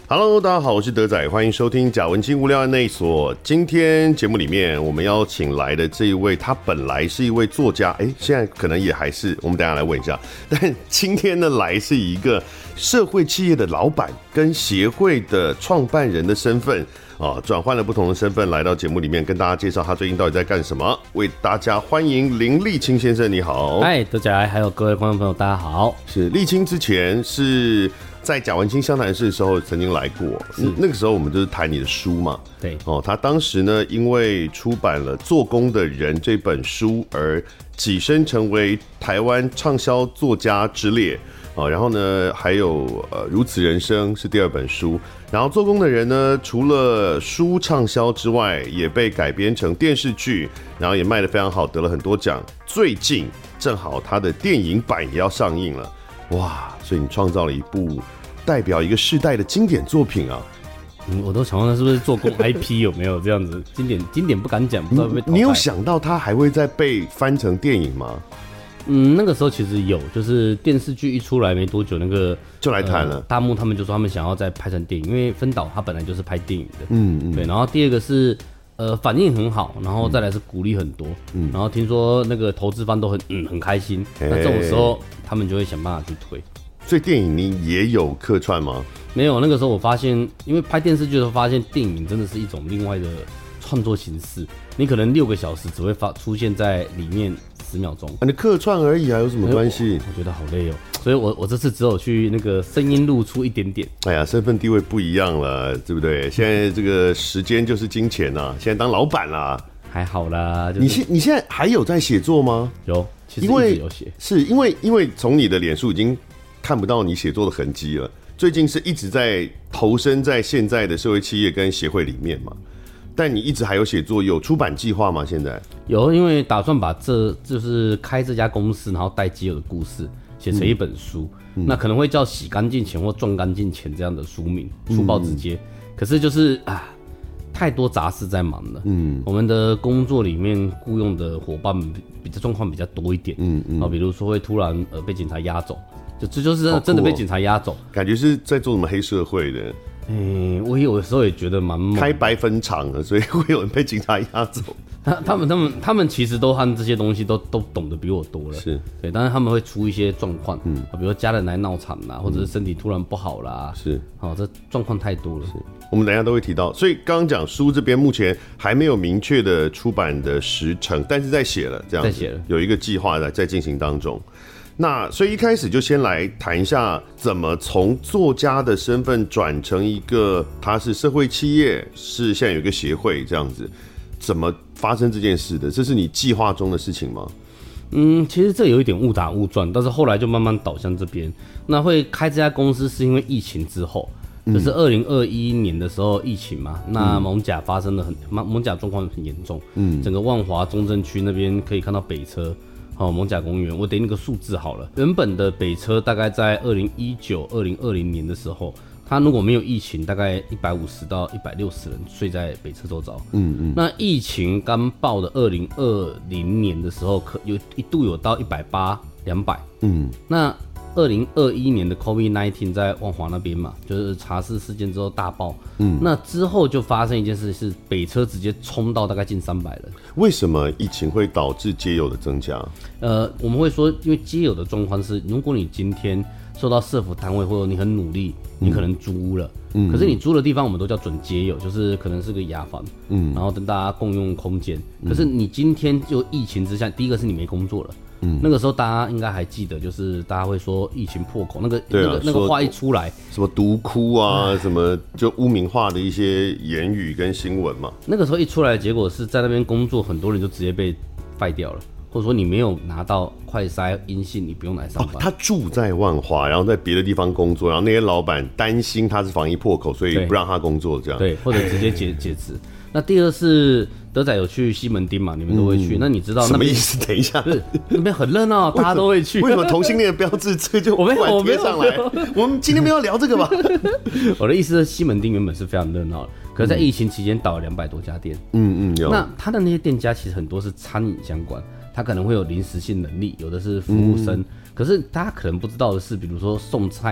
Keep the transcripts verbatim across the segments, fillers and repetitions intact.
Hello， 大家好，我是德仔，欢迎收听贾文清无聊案内所。今天节目里面我们邀请来的这一位，他本来是一位作家，哎，现在可能也还是，我们等一下来问一下。但今天呢，来是一个社会企业的老板跟协会的创办人的身份啊，转换了不同的身份来到节目里面，跟大家介绍他最近到底在干什么。为大家欢迎林立青先生，你好。 嗨，德仔，还有各位观众朋友，大家好。 是立青之前是在贾文清湘潭市的时候曾经来过，那个时候我们就是谈你的书嘛。 对哦，他当时呢，因为出版了《做工的人》这本书而跻身成为台湾畅销作家之列。哦，然后呢，还有呃，《如此人生》是第二本书。然后《做工的人》呢，除了书畅销之外，也被改编成电视剧，然后也卖得非常好，得了很多奖。最近正好他的电影版也要上映了。哇！所以你创造了一部代表一个世代的经典作品啊！ 嗯，我都想问是不是做工 I P 有没有这样子经典？经典不敢讲，不知道会不会淘汰。 你有想到它还会再被翻成电影吗？ 嗯，那个时候其实有，就是电视剧一出来没多久，那个就来谈了。 呃、大幕他们就说他们想要再拍成电影，因为分岛他本来就是拍电影的。 嗯嗯。 对，然后第二个是呃反应很好，然后再来是鼓励很多。嗯。然后听说那个投资方都很嗯很开心，那这种时候他们就会想办法去推。 所以电影你也有客串吗？ 没有，那个时候我发现，因为拍电视剧的时候发现电影真的是一种另外的创作形式，你可能六个小时只会发出现在里面十秒钟， 啊，你客串而已啊，有什么关系？ 我, 我觉得好累哦，所以我我这次只有去那个声音露出一点点。 哎呀，身份地位不一样了，对不对？现在这个时间就是金钱啊，现在当老板啦， 还好啦。就是、 你现你现在还有在写作吗？ 有，其实一直有写， 是因为因为从你的脸书已经看不到你写作的痕迹了。最近是一直在投身在现在的社会企业跟协会里面嘛，但你一直还有写作，有出版计划吗？现在有，因为打算把这就是开这家公司，然后带基友的故事写成一本书，嗯、那可能会叫洗干净钱或赚干净钱这样的书名，粗暴直接。嗯、可是就是啊，太多杂事在忙了。嗯，我们的工作里面雇佣的伙伴比较状况比较多一点。嗯嗯，啊，比如说会突然呃被警察押走。就这就是真的、哦、真的被警察押走， 感觉是在做什么黑社会的。 嗯，我有时候也觉得蛮猛， 开白分场了，所以会有人被警察押走。 他他们他们他们其实都和这些东西都都懂得比我多了， 是对，但是他们会出一些状况，嗯，比如说家人来闹场啦，或者是身体突然不好啦， 是， 好、哦，这状况太多了。是， 我们等一下都会提到。所以刚刚讲书这边目前还没有明确的出版的时程，但是在写了，这样子，在写了，有一个计划在在进行当中。那所以一开始就先来谈一下，怎么从作家的身份转成一个他是社会企业，是现在有一个协会这样子，怎么发生这件事的？这是你计划中的事情吗？ 嗯，其实这有一点误打误撞，但是后来就慢慢导向这边。那会开这家公司是因为疫情之后，就是二零二一年的时候疫情嘛，那艋舺发生的很艋舺状况很严重，嗯，整个万华中正区那边可以看到北车。哦，艋舺公园，我给你个数字好了。原本的北车大概在二零一九、二零二零年的时候，它如果没有疫情，大概一百五十到一百六十人睡在北车周遭。嗯嗯。那疫情刚爆的二零二零年的时候，可有一度有到一百八、两百。嗯。那二零二一年的 COVID 十九 在万华那边嘛，就是茶室事件之后大爆。嗯。那之后就发生一件事，是北车直接冲到大概近三百人。 为什么疫情会导致街友的增加？ 呃，我们会说，因为街友的状况是，如果你今天受到社福单位或者你很努力，你可能租屋了，嗯，可是你租的地方我们都叫准街友，就是可能是个雅房，嗯，然后跟大家共用空间。可是你今天就疫情之下，第一个是你没工作了。嗯，那个时候大家应该还记得，就是大家会说疫情破口，那个、啊、那个那个话一出来， 什么毒窟啊，什么就污名化的一些言语跟新闻嘛。 那个时候一出来的结果是在那边工作，很多人就直接被废掉了，或者说你没有拿到快筛阴性，你不用来上班。 哦，他住在万华，然后在别的地方工作，然后那些老板担心他是防疫破口，所以不让他工作，这样对，或者直接解解职。那第二是德仔有去西门町嘛，你们都会去。嗯、那你知道那什么意思？等一下， 那边很热闹，大家都会去。 为什么同性恋的标志这个就突然贴上来？我们今天没有聊这个吧？ 我的意思是，西门町原本是非常热闹的，可是在疫情期间倒了两百多家店。嗯嗯，有。那他的那些店家其实很多是餐饮相关，他可能会有临时性能力，有的是服务生。嗯、可是大家可能不知道的是，比如说送菜的。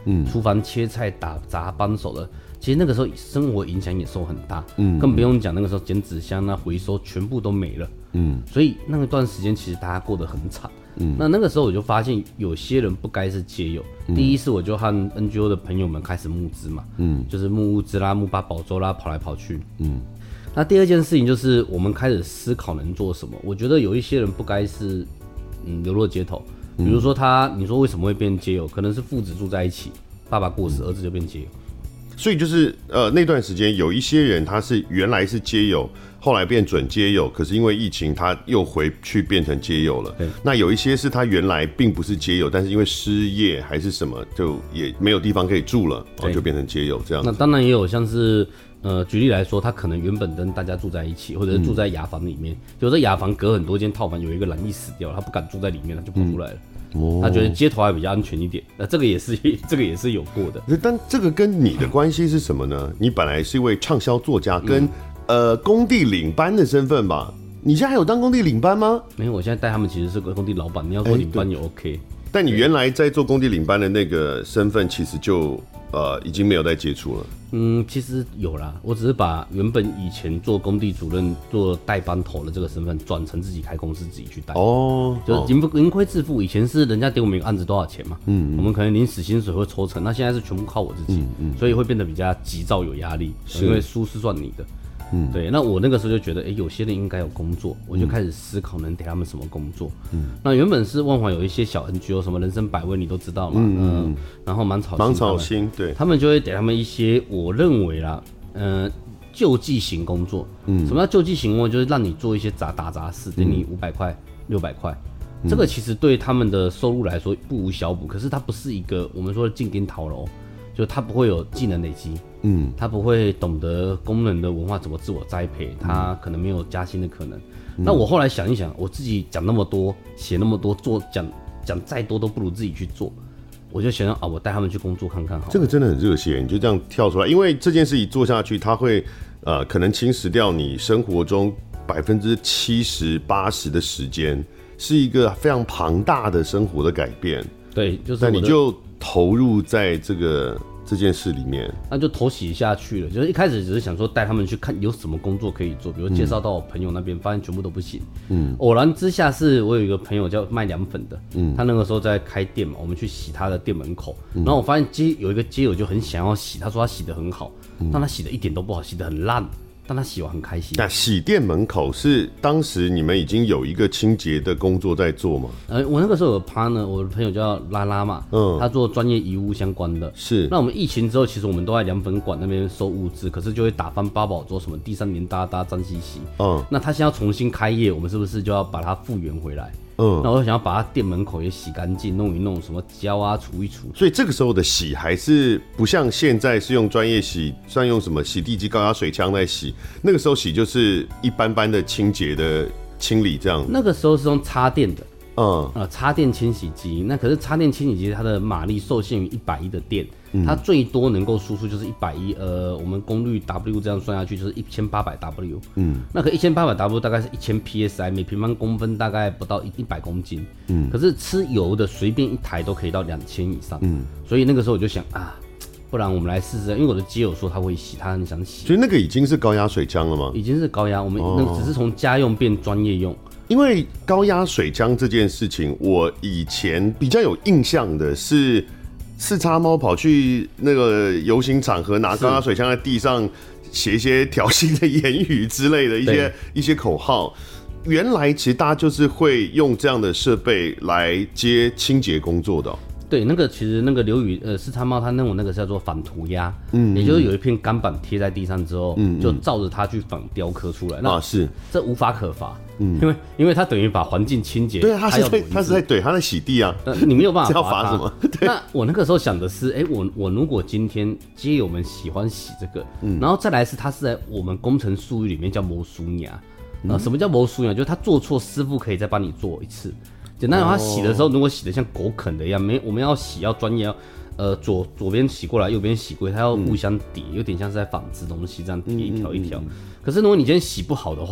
嗯，厨房切菜、打杂帮手的，其实那个时候生活影响也受很大，嗯，更不用讲那个时候捡纸箱啊、回收全部都没了，嗯，所以那个段时间其实大家过得很惨。嗯，那那个时候我就发现有些人不该是街友。嗯、第一是我就和 N G O 的朋友们开始募资嘛，嗯，就是募物资啦、募八宝粥啦，跑来跑去。嗯，那第二件事情就是我们开始思考能做什么。我觉得有一些人不该是嗯流落街头，比如说他，你说为什么会变街友？可能是父子住在一起，爸爸过世，儿子就变街友。 所以就是呃那段时间有一些人他是原来是街友，后来变准街友，可是因为疫情他又回去变成街友了。那有一些是他原来并不是街友，但是因为失业还是什么，就也没有地方可以住了，然后就变成街友这样。 那当然也有像是呃举例来说，他可能原本跟大家住在一起，或者是住在雅房里面，有的雅房隔很多间套房，有一个懒意死掉了，他不敢住在里面，他就跑出来了。嗯哦、他觉得街头还比较安全一点，那这个也是这个也是有过的。 但这个跟你的关系是什么呢？你本来是一位畅销作家，跟、嗯、呃工地领班的身份吧？你现在还有当工地领班吗？ 没有，我现在带他们其实是个工地老板，你要说领班也 OK、欸。 但你原来在做工地领班的那个身份，其实就呃已经没有在接触了。 嗯，其实有啦，我只是把原本以前做工地主任、做代班头的这个身份转成自己开公司自己去带。哦，就是盈盈亏自负。以前是人家给我们一个案子多少钱嘛，嗯, 嗯，我们可能领死薪水会抽成，那现在是全部靠我自己，嗯, 嗯所以会变得比较急躁有压力，因为书是算你的。嗯，对，那我那个时候就觉得，哎、欸，有些人应该有工作，我就开始思考能给他们什么工作。嗯，那原本是万华有一些小 N G O， 什么人生百味你都知道嘛，嗯, 嗯、呃，然后芒草芒草心，对， 他们就会给他们一些我认为啦，呃，救济型工作。嗯，什么叫救济型工作？就是让你做一些杂打杂事，给你五百块、六百块。这个其实对他们的收入来说不无小补，可是它不是一个我们说的进京逃楼。就他不会有技能累积，嗯，他不会懂得工人的文化怎么自我栽培，他可能没有加薪的可能。嗯、那我后来想一想，我自己讲那么多，写那么多，做讲讲再多都不如自己去做，我就想啊，我带他们去工作看看好了。 这个真的很热血，你就这样跳出来，因为这件事情做下去，它会呃可能侵蚀掉你生活中百分之七十八十的时间，是一个非常庞大的生活的改变。 对，就是但你就投入在这个这件事里面， 那就投洗下去了。就是一开始只是想说带他们去看有什么工作可以做，比如介绍到我朋友那边，发现全部都不行。嗯，偶然之下是我有一个朋友叫卖凉粉的，嗯，他那个时候在开店嘛，我们去洗他的店门口，嗯、然后我发现街有一个街友就很想要洗，他说他洗得很好，嗯、但他洗的一点都不好，洗得很烂。但他洗完很开心。 那洗店门口是当时你们已经有一个清洁的工作在做吗？ 呃，我那个时候有 partner， 我的朋友叫拉拉嘛，嗯，他做专业遗物相关的。是。那我们疫情之后，其实我们都在凉粉馆那边收物资，可是就会打翻八宝粥，什么地上黏哒哒、脏兮兮。嗯。那他现在要重新开业，我们是不是就要把它复原回来？嗯，那我想要把它店门口也洗干净，弄一弄，什么胶啊除一除。 所以这个时候的洗还是不像现在是用专业洗，像用什么洗地机、高压水枪在洗。那个时候洗就是一般般的清洁的清理这样。 那个时候是用插电的，嗯，呃，插电清洗机。那可是插电清洗机它的马力受限于一百一的电。它最多能够输出就是一百一，呃，我们功率 W 这样算下去就是一千八百 W， 嗯，那可一千八百 W 大概是一千 P S I， 每平方公分大概不到一百公斤，嗯，可是吃油的随便一台都可以到两千以上，嗯，所以那个时候我就想啊，不然我们来试试，因为我的街友说他会洗，他很想洗， 所以那个已经是高压水枪了吗？ 已经是高压，我们那个只是从家用变专业用。 因为高压水枪这件事情，我以前比较有印象的是。四叉猫跑去那个游行场合，拿高压水枪在地上写一些挑衅的言语之类的一些一些口号。原来其实大家就是会用这样的设备来接清洁工作的、哦。 对，那个其实那个刘宇呃四叉猫它弄那个叫做反涂鸦，嗯，也就是有一片钢板贴在地上之后，嗯，就照着它去仿雕刻出来。 啊，是， 这无法可罚，嗯，因为因为它等于把环境清洁， 对啊，它是在它是在对它在洗地啊， 呃，你没有办法要罚什么？ 对，那我那个时候想的是，哎、欸，我我如果今天街友们喜欢洗这个，嗯，然后再来是它是在我们工程术语里面叫魔术牙，呃，什么叫魔术牙？就是他做错，师傅可以再帮你做一次。简单讲，他洗的时候，如果洗的像狗啃的一样，没我们要洗要专业，要呃左左边洗过来，右边洗过来，它要互相叠，有点像是在纺织东西这样叠一条一条。嗯嗯嗯嗯、可是如果你今天洗不好的话，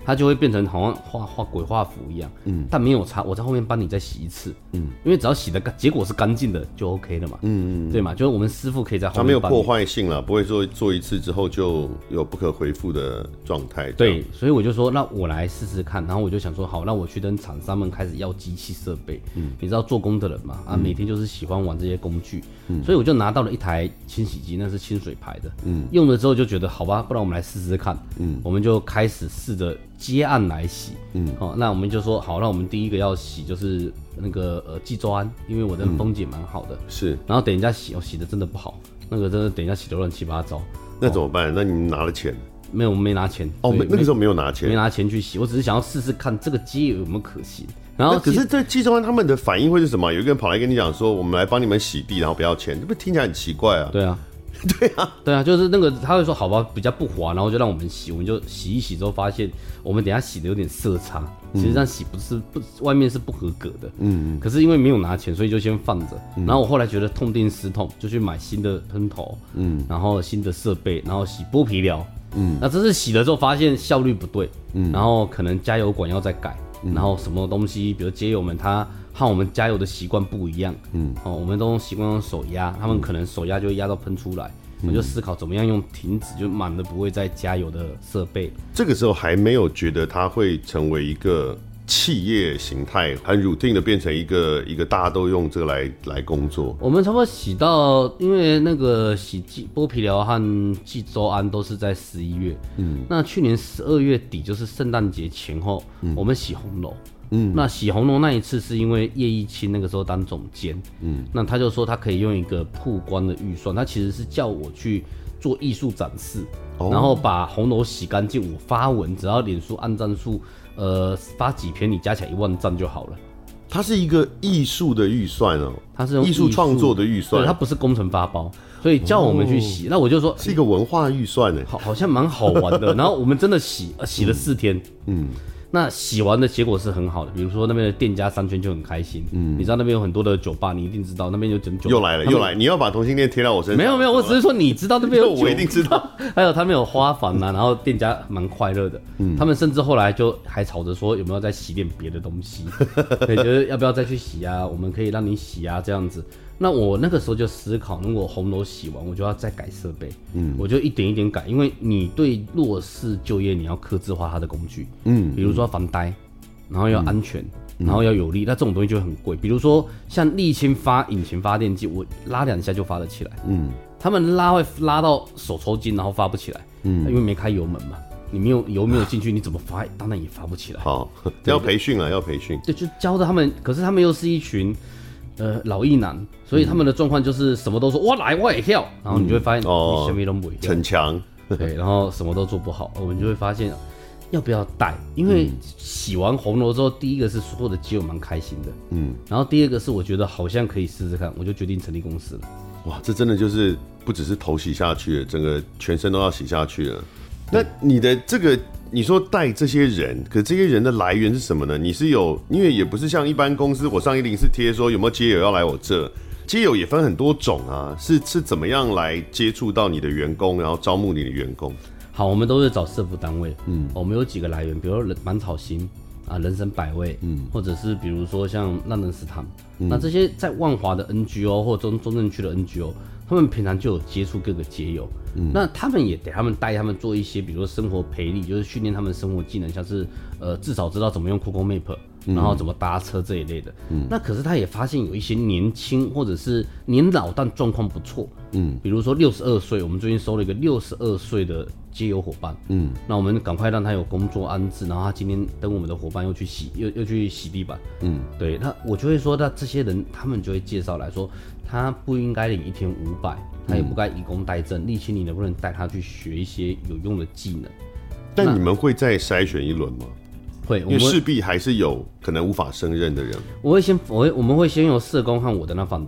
它就会变成好像画画鬼画符一样，嗯，但没有差，我在后面帮你再洗一次，嗯，因为只要洗的结果是干净的就 OK 了嘛，嗯嗯，对嘛，就是我们师傅可以在后面， 它没有破坏性了，不会做做一次之后就有不可回复的状态， 对，所以我就说那我来试试看，然后我就想说好，那我去跟厂商们开始要机器设备，嗯，你知道做工的人嘛，啊，每天就是喜欢玩这些工具，嗯，所以我就拿到了一台清洗机，那是清水牌的，嗯，用了之后就觉得好吧，不然我们来试试看，嗯，我们就开始试着接案来洗，嗯，哦，那我们就说好，那我们第一个要洗就是那个呃济州安，因为我的风景蛮好的，嗯， 是， 然后等人家洗，哦，洗的真的不好，那个真的等人家洗的乱七八糟， 那怎么办？哦，那你拿了钱？ 没有，我们没拿钱。 哦，那个时候没有拿钱， 没拿钱去洗，我只是想要试试看这个接油有没有可行。然后， 可是这济州安他们的反应会是什么？有一个人跑来跟你讲说，我们来帮你们洗地，然后不要钱，这不听起来很奇怪啊？ 对啊。 对啊， 对啊，就是那个他会说好吧，比较不滑，然后就让我们洗，我们就洗一洗之后发现，我们等一下洗的有点色差，其实这样洗不是不外面是不合格的，嗯，可是因为没有拿钱，所以就先放着。嗯，然后我后来觉得痛定思痛，就去买新的喷头，嗯，然后新的设备，然后洗剥皮疗，嗯，那这次洗了之后发现效率不对，嗯，然后可能加油管要再改，嗯，然后什么东西，比如接油们它和我们加油的习惯不一样，嗯，哦，我们都习惯用手压，他们可能手压就会压到喷出来，嗯，我就思考怎么样用停止就满了不会再加油的设备。 这个时候还没有觉得它会成为一个企业形态，很 routine 的变成一个一个大家都用这个来来工作。 我们差不多洗到，因为那个洗剥皮疗和济州安都是在十一月，嗯，那去年十二月底就是圣诞节前后，嗯，我们洗红楼。嗯，那洗红楼那一次是因为叶一清那个时候当总监，嗯，那他就说他可以用一个曝光的预算，他其实是叫我去做艺术展示，哦，然后把红楼洗干净，我发文，只要脸书按赞数，呃，发几篇你加起来一万赞就好了。 它是一个艺术的预算哦，它是用艺术创作的预算， 对，它不是工程发包，所以叫我们去洗。哦，那我就说是一个文化预算呢， 好，好像蛮好玩的。然后我们真的洗，呃、洗了四天，嗯。嗯，那洗完的结果是很好的，比如说那边的店家商圈就很开心，嗯，你知道那边有很多的酒吧，你一定知道那边有整酒吧， 又来了又来，你要把同性恋贴到我身上？ 没有没有，我只是说你知道那边有酒吧， 我一定知道。 还有他们有花房啊，然后店家蛮快乐的，嗯，他们甚至后来就还吵着说有没有再洗点别的东西，对，就是要不要再去洗啊，我们可以让你洗啊这样子。那我那个时候就思考，如果红楼洗完，我就要再改设备，嗯，我就一点一点改，因为你对弱势就业，你要客制化它的工具，嗯，比如说防呆，然后要安全，嗯，然后要有力，那这种东西就会很贵。比如说像沥青发引擎发电机，我拉两下就发得起来，嗯，他们拉会拉到手抽筋，然后发不起来，嗯，因为没开油门嘛。你没有油没有进去，你怎么发？当然也发不起来。 好，要培训了，要培训。 对，就教着他们，可是他们又是一群。呃，老役男，所以他们的状况就是什么都说，我来我也跳，然后你就会发现，嗯，你什么都不会跳， 逞强， 对，然后什么都做不好，我们就会发现要不要带，因为洗完红楼之后，第一个是所有的基友蛮开心的，嗯，然后第二个是我觉得好像可以试试看，我就决定成立公司了。 哇，这真的就是不只是头洗下去了，整个全身都要洗下去了。那你的这个，你说带这些人，可这些人的来源是什么呢？你是有，因为也不是像一般公司，我上一零四贴说有没有街友要来我这，街友也分很多种啊，是是怎么样来接触到你的员工，然后招募你的员工？ 好，我们都是找社福单位，嗯，我们有几个来源，比如说芒草心啊、人生百味，嗯，或者是比如说像浪人食堂，嗯，那这些在万华的 N G O 或中中正区的 N G O。他们平常就有接触各个街友，嗯，那他们也给他们带他们做一些，比如说生活培力，就是训练他们生活技能，像是呃至少知道怎么用 Google Map，嗯，然后怎么搭车这一类的。嗯，那可是他也发现有一些年轻或者是年老但状况不错，嗯，比如说六十二岁，我们最近收了一个六十二岁的街友伙伴，嗯，那我们赶快让他有工作安置，然后他今天跟我们的伙伴又去洗又又去洗地板，嗯，对，那我就会说，那这些人他们就会介绍来说。他不应该领一天五百，他也不该以工代赈。立青，你能不能带他去学一些有用的技能？ 但你们会再筛选一轮吗？ 会， 因为势必还是有可能无法胜任的人。 我会先，我会，我们会先由社工和我的那访谈，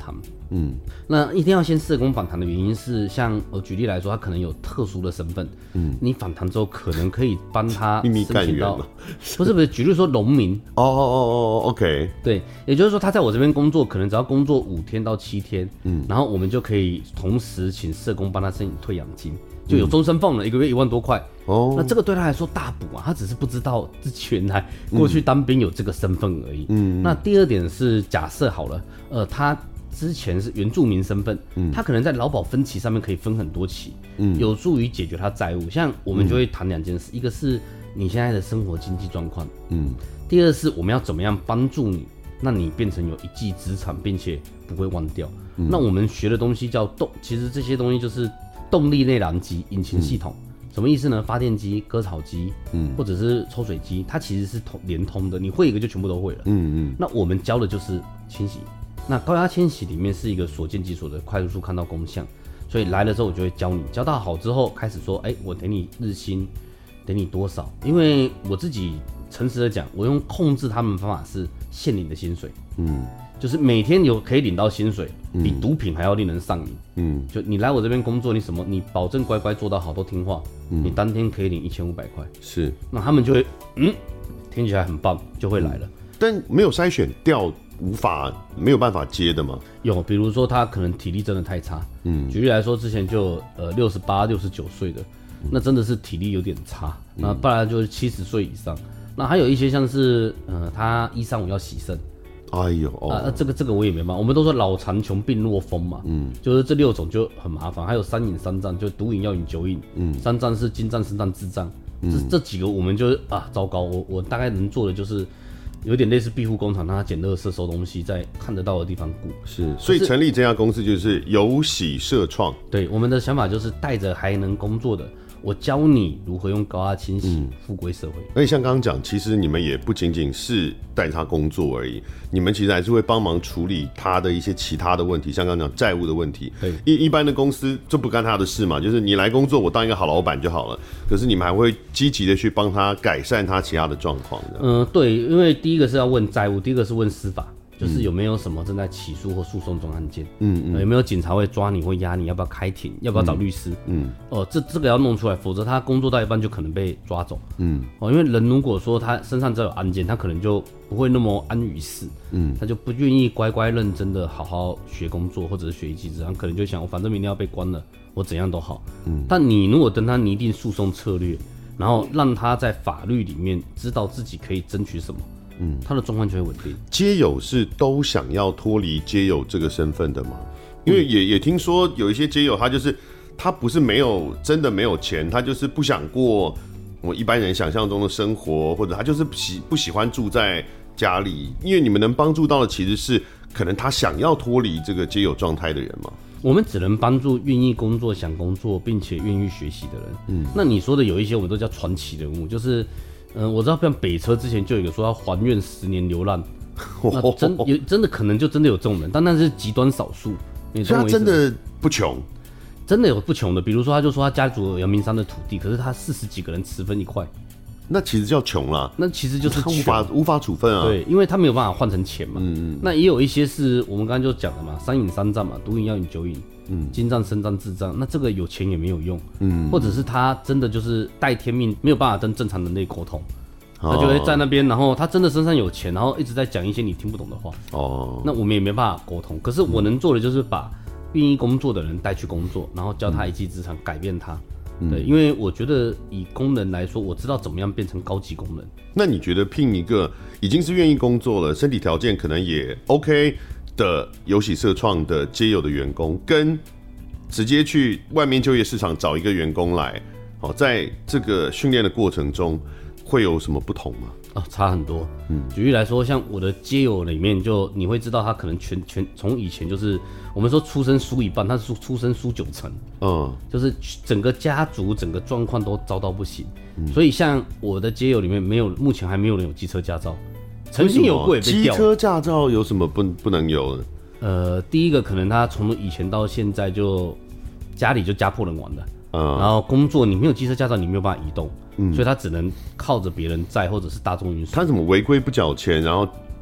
嗯，那一定要先社工访谈的原因是，像我举例来说，他可能有特殊的身份，嗯，你访谈之后可能可以帮他秘密干员了， 不是不是，举例说农民， 哦哦哦哦 ，OK， 对，也就是说他在我这边工作，可能只要工作五天到七天，嗯，然后我们就可以同时请社工帮他申请退养金，就有终身俸了，一个月一万多块，哦，那这个对他来说大补啊，他只是不知道自己原来过去当兵有这个身份而已，嗯，那第二点是假设好了，呃，他之前是原住民身份，嗯，他可能在劳保分期上面可以分很多期，嗯，有助于解决他债务。像我们就会谈两件事，嗯，一个是你现在的生活经济状况，嗯，第二是我们要怎么样帮助你，让你变成有一技之长，并且不会忘掉。嗯，那我们学的东西叫动，其实这些东西就是动力内燃机、引擎系统。嗯，什么意思呢？发电机、割草机，嗯，或者是抽水机，它其实是通连通的，你会一个就全部都会了。嗯嗯。那我们教的就是清洗。那高压清洗里面是一个所见即所的快速看到功效，所以来了之后我就会教你，教到好之后开始说，哎、欸，我给你日薪，给你多少？因为我自己诚实的讲，我用控制他们的方法是现领的薪水，嗯，就是每天有可以领到薪水，比毒品还要令人上瘾，嗯，就你来我这边工作，你什么，你保证乖乖做到好，都听话，嗯，你当天可以领一千五百块， 是， 那他们就会，嗯，听起来很棒，就会来了， 嗯、但没有筛选掉。无法没有办法接的吗？ 有，比如说他可能体力真的太差，嗯，举例来说，之前就呃六十八、六十九岁的，嗯，那真的是体力有点差，嗯，那不然就是七十岁以上，那还有一些像是呃他一三五要洗肾， 哎呦，哦， 啊，这个这个我也没办法，我们都说老残穷病弱风嘛，嗯，就是这六种就很麻烦，还有三瘾三障，就毒瘾、药瘾、酒瘾，嗯，三障是精障、肾障、智障，嗯，这这几个我们就啊糟糕，我我大概能做的就是。有点类似庇护工厂，让他捡垃圾、收东西，在看得到的地方顾。 是，所以成立这家公司就是有喜社创。 对，我们的想法就是带着还能工作的，我教你如何用高压清洗复归社会。 而且像刚刚讲，其实你们也不仅仅是带他工作而已，你们其实还是会帮忙处理他的一些其他的问题，像刚刚讲债务的问题。 对， 一一般的公司就不干他的事嘛，就是你来工作，我当一个好老板就好了。可是你们还会积极的去帮他改善他其他的状况。 嗯、呃，对，因为第一个是要问债务，第一个是问司法。就是有没有什么正在起诉或诉讼中案件，嗯嗯、呃，有没有警察会抓你或压你，要不要开庭，要不要找律师，嗯，哦、呃，这这个要弄出来，否则他工作到一半就可能被抓走，嗯，哦，因为人如果说他身上只有案件，他可能就不会那么安于世，嗯，他就不愿意乖乖认真的好好学工作或者是学一技之长，可能就想我反正明天要被关了，我怎样都好，嗯，但你如果等他拟定诉讼策略，然后让他在法律里面知道自己可以争取什么。嗯，他的状况就会稳定。 街友是都想要脱离街友这个身份的吗？因为也、嗯、也听说有一些街友，他就是他不是没有真的没有钱，他就是不想过我一般人想象中的生活，或者他就是不喜不喜欢住在家里。因为你们能帮助到的其实是可能他想要脱离这个街友状态的人嘛。 我们只能帮助愿意工作、想工作并且愿意学习的人。嗯，那你说的有一些我们都叫传奇人物，就是。嗯，我知道像北车之前就有一个说要还愿十年流浪，那真有真的可能就真的有这种人，但那是极端少数。 所以他真的不穷， 真的有不穷的。比如说，他就说他家族有阳明山的土地，可是他四十几个人持分一块， 那其实叫穷啦。 那其实就是他无法无法处分啊。 对，因为他没有办法换成钱嘛。嗯嗯。那也有一些是我们刚刚就讲的嘛，三瘾三障嘛，毒瘾、药瘾、酒瘾。嗯，精障、肾障、智障，那这个有钱也没有用，嗯，或者是他真的就是带天命，没有办法跟正常人类沟通，哦、他就会在那边，然后他真的身上有钱，然后一直在讲一些你听不懂的话，哦，那我们也没办法沟通。可是我能做的就是把愿意工作的人带去工作，然后教他一技之长，改变他。嗯、对，因为我觉得以工人来说，我知道怎么样变成高级工人。 那你觉得聘一个已经是愿意工作了，身体条件可能也 OK？的有喜社创的街友的员工，跟直接去外面就业市场找一个员工来，哦，在这个训练的过程中会有什么不同吗？ 哦，差很多。嗯，举例来说，像我的街友里面就，就你会知道他可能全全从以前就是我们说出生输一半，他是出生输九成，嗯，就是整个家族整个状况都糟到不行。嗯、所以像我的街友里面没有，目前还没有人有机车驾照。曾经有过也被掉。机车驾照有什么不不能有的？ 呃，第一个可能他从以前到现在就家里就家破人亡的，嗯，然后工作你没有机车驾照，你没有办法移动，嗯，所以他只能靠着别人载或者是大众运输。 他怎么违规不缴钱，然后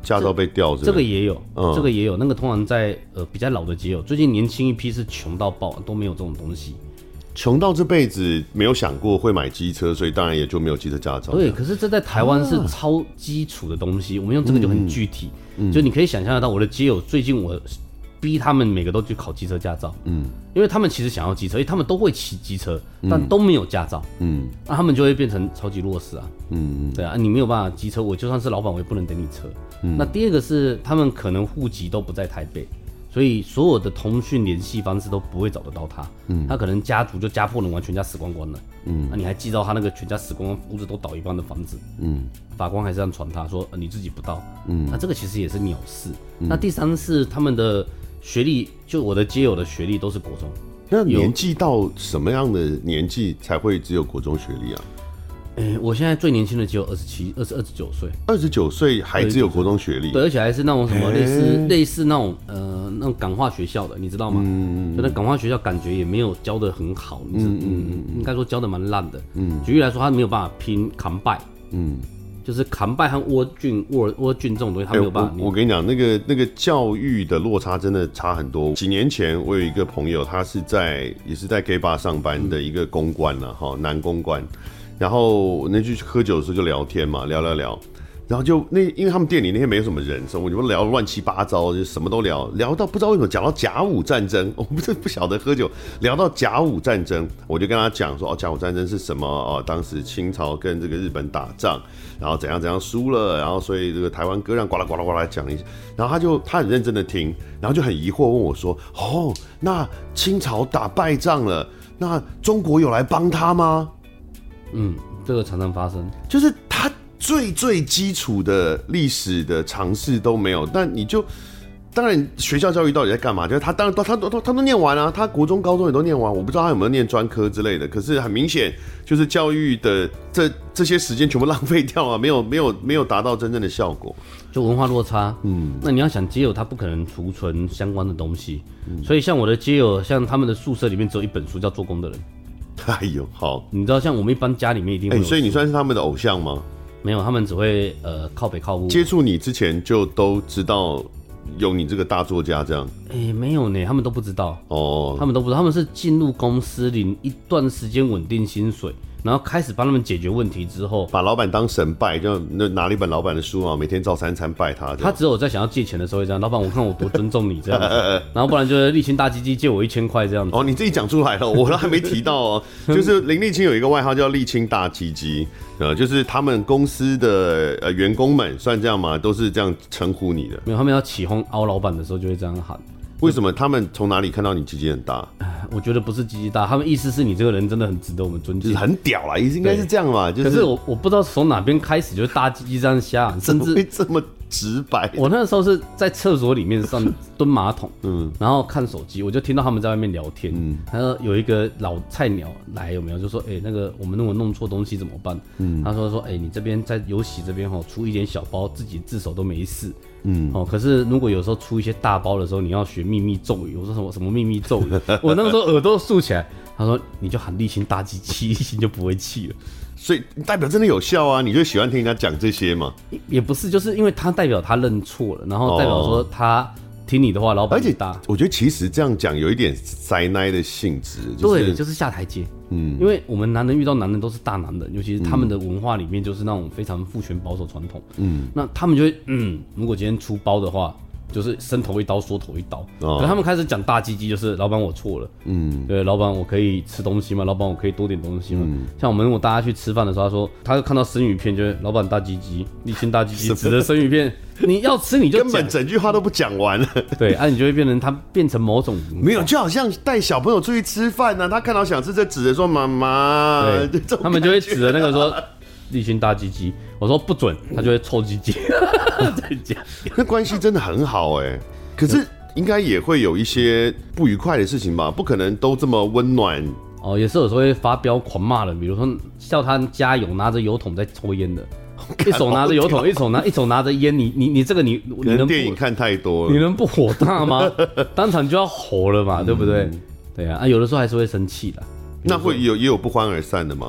驾照被吊着。 这个也有， 嗯、 这个也有。那个通常在呃比较老的街友，最近年轻一批是穷到爆，都没有这种东西。 穷到这辈子没有想过会买机车，所以当然也就没有机车驾照。 对，可是这在台湾是超基础的东西，啊、我们用这个就很具体，嗯、就你可以想象得到，我的街友最近我逼他们每个都去考机车驾照，嗯，因为他们其实想要机车，因为他们都会骑机车，但都没有驾照，嗯，那他们就会变成超级弱势啊，嗯，对啊，你没有办法机车，我就算是老板，我也不能等你车。嗯、那第二个是他们可能户籍都不在台北。所以所有的通讯联系方式都不会找得到他，嗯，他可能家族就家破人亡，全家死光光了，嗯，那你还记到他那个全家死光光，屋子都倒一半的房子，嗯，法官还是这样传他说、呃、你自己不到，嗯，那这个其实也是鸟事。嗯、那第三是他们的学历，就我的街友的学历都是国中。 那年纪到什么样的年纪才会只有国中学历啊？ 欸、我现在最年轻的只有二十七、二十、二十九岁， 二十九岁还只有国中学历， 对，而且还是那种什么类似、欸、类似那种呃那种港化学校的，你知道吗？嗯，就那港化学校感觉也没有教得很好，嗯嗯嗯，应该说教得蛮烂的。嗯，举例来说，他没有办法拼扛拜，嗯，就是扛拜和蜗菌、蜗蜗菌这种东西，他没有办法、欸我。我跟你讲，那个那个教育的落差真的差很多。几年前，我有一个朋友，他是在也是在 gay bar 上班的一个公关啦，哈、嗯，男公关。然后那去喝酒的时候就聊天嘛，聊聊聊，然后就那因为他们店里那天没有什么人，所以我就聊乱七八糟，就什么都聊，聊到不知道为什么讲到甲午战争，我不是不晓得喝酒聊到甲午战争，我就跟他讲说哦，甲午战争是什么哦，当时清朝跟这个日本打仗，然后怎样怎样输了，然后所以这个台湾割让呱啦呱啦呱啦讲一下，然后他就他很认真的听，然后就很疑惑问我说哦，那清朝打败仗了，那中国有来帮他吗？ 嗯，这个常常发生， 就是他最最基础的历史的常识都没有，但你就当然学校教育到底在干嘛？就是他当然都他都他都念完啊，他国中、高中也都念完，我不知道他有没有念专科之类的。可是很明显，就是教育的这这些时间全部浪费掉啊，没有没有没有达到真正的效果， 就文化落差。嗯，那你要想街友，他不可能储存相关的东西，嗯、所以像我的街友，像他们的宿舍里面只有一本书叫《做工的人》。 哎呦，好！ 你知道，像我们一般家里面一定会有、欸， 所以你算是他们的偶像吗？ 没有，他们只会呃靠北靠北。 接触你之前就都知道有你这个大作家这样？ 哎、欸，没有呢，他们都不知道哦，他们都不知道，他们是进入公司领一段时间稳定薪水，然后开始帮他们解决问题之后， 把老板当神拜，就拿了一本老板的书啊，每天照三餐拜他。 他只有在想要借钱的时候会这样，老板我看我多尊重你这样子，然后不然就是立青大鸡鸡借我一千块这样子。 哦，你自己讲出来了，我都还没提到哦。就是林立青有一个外号叫立青大鸡鸡，呃，就是他们公司的呃员工们算这样吗？都是这样称呼你的。 没有，他们要起哄凹老板的时候就会这样喊。 为什么他们从哪里看到你鸡鸡很大？ 我觉得不是鸡鸡大，他们意思是你这个人真的很值得我们尊敬， 就是很屌啦，应该是这样嘛。就是、 可是我我不知道从哪边开始就是大鸡鸡这样瞎，甚至会这么直白。 我那时候是在厕所里面上蹲马桶，嗯，然后看手机，我就听到他们在外面聊天，嗯，然后有一个老菜鸟来有没有，就说哎、欸、那个我们如果弄错东西怎么办？嗯，他说说哎、欸、你这边在游戏这边吼出一点小包，自己自首都没事。嗯，哦，可是如果有时候出一些大包的时候，你要学秘密咒语。我说什么什么秘密咒语？我那个时候耳朵竖起来。他说你就喊立青大鸡鸡，立青就不会气了。 所以代表真的有效啊！你就喜欢听人家讲这些嘛？ 也不是，就是因为他代表他认错了，然后代表说他听你的话，老板而且大。我觉得其实这样讲有一点塞奶的性质， 就是、对，就是下台阶。嗯，因为我们男人遇到男人都是大男人，尤其是他们的文化里面就是那种非常父权保守传统。嗯，那他们就会嗯，如果今天出包的话，就是伸头一刀缩头一刀。哦、可他们开始讲大鸡鸡，就是老板我错了。嗯，对，老板我可以吃东西吗？老板我可以多点东西吗？嗯、像我们如果大家去吃饭的时候，他说他就看到生鱼片，就是老板大鸡鸡，立青大鸡鸡，指着生鱼片。你要吃你就根本整句话都不讲完了， 对，啊，你就会变成他变成某种没有，就好像带小朋友出去吃饭呢、啊，他看到想吃，就指着说妈妈， 他们就会指着那个说立青大鸡鸡，我说不准，他就会臭鸡鸡，再讲， 那关系真的很好哎、欸，可是应该也会有一些不愉快的事情吧，不可能都这么温暖。 哦，也是有时候会发飙狂骂人，比如说叫他加油，拿着油桶在抽烟的。一手拿着油桶，一手拿一手拿着烟，你你你这个你你能电影看太多了， 你能不火大吗？当场就要吼了嘛，对不对？嗯、对啊，啊有的时候还是会生气的。 那会有也有不欢而散的吗？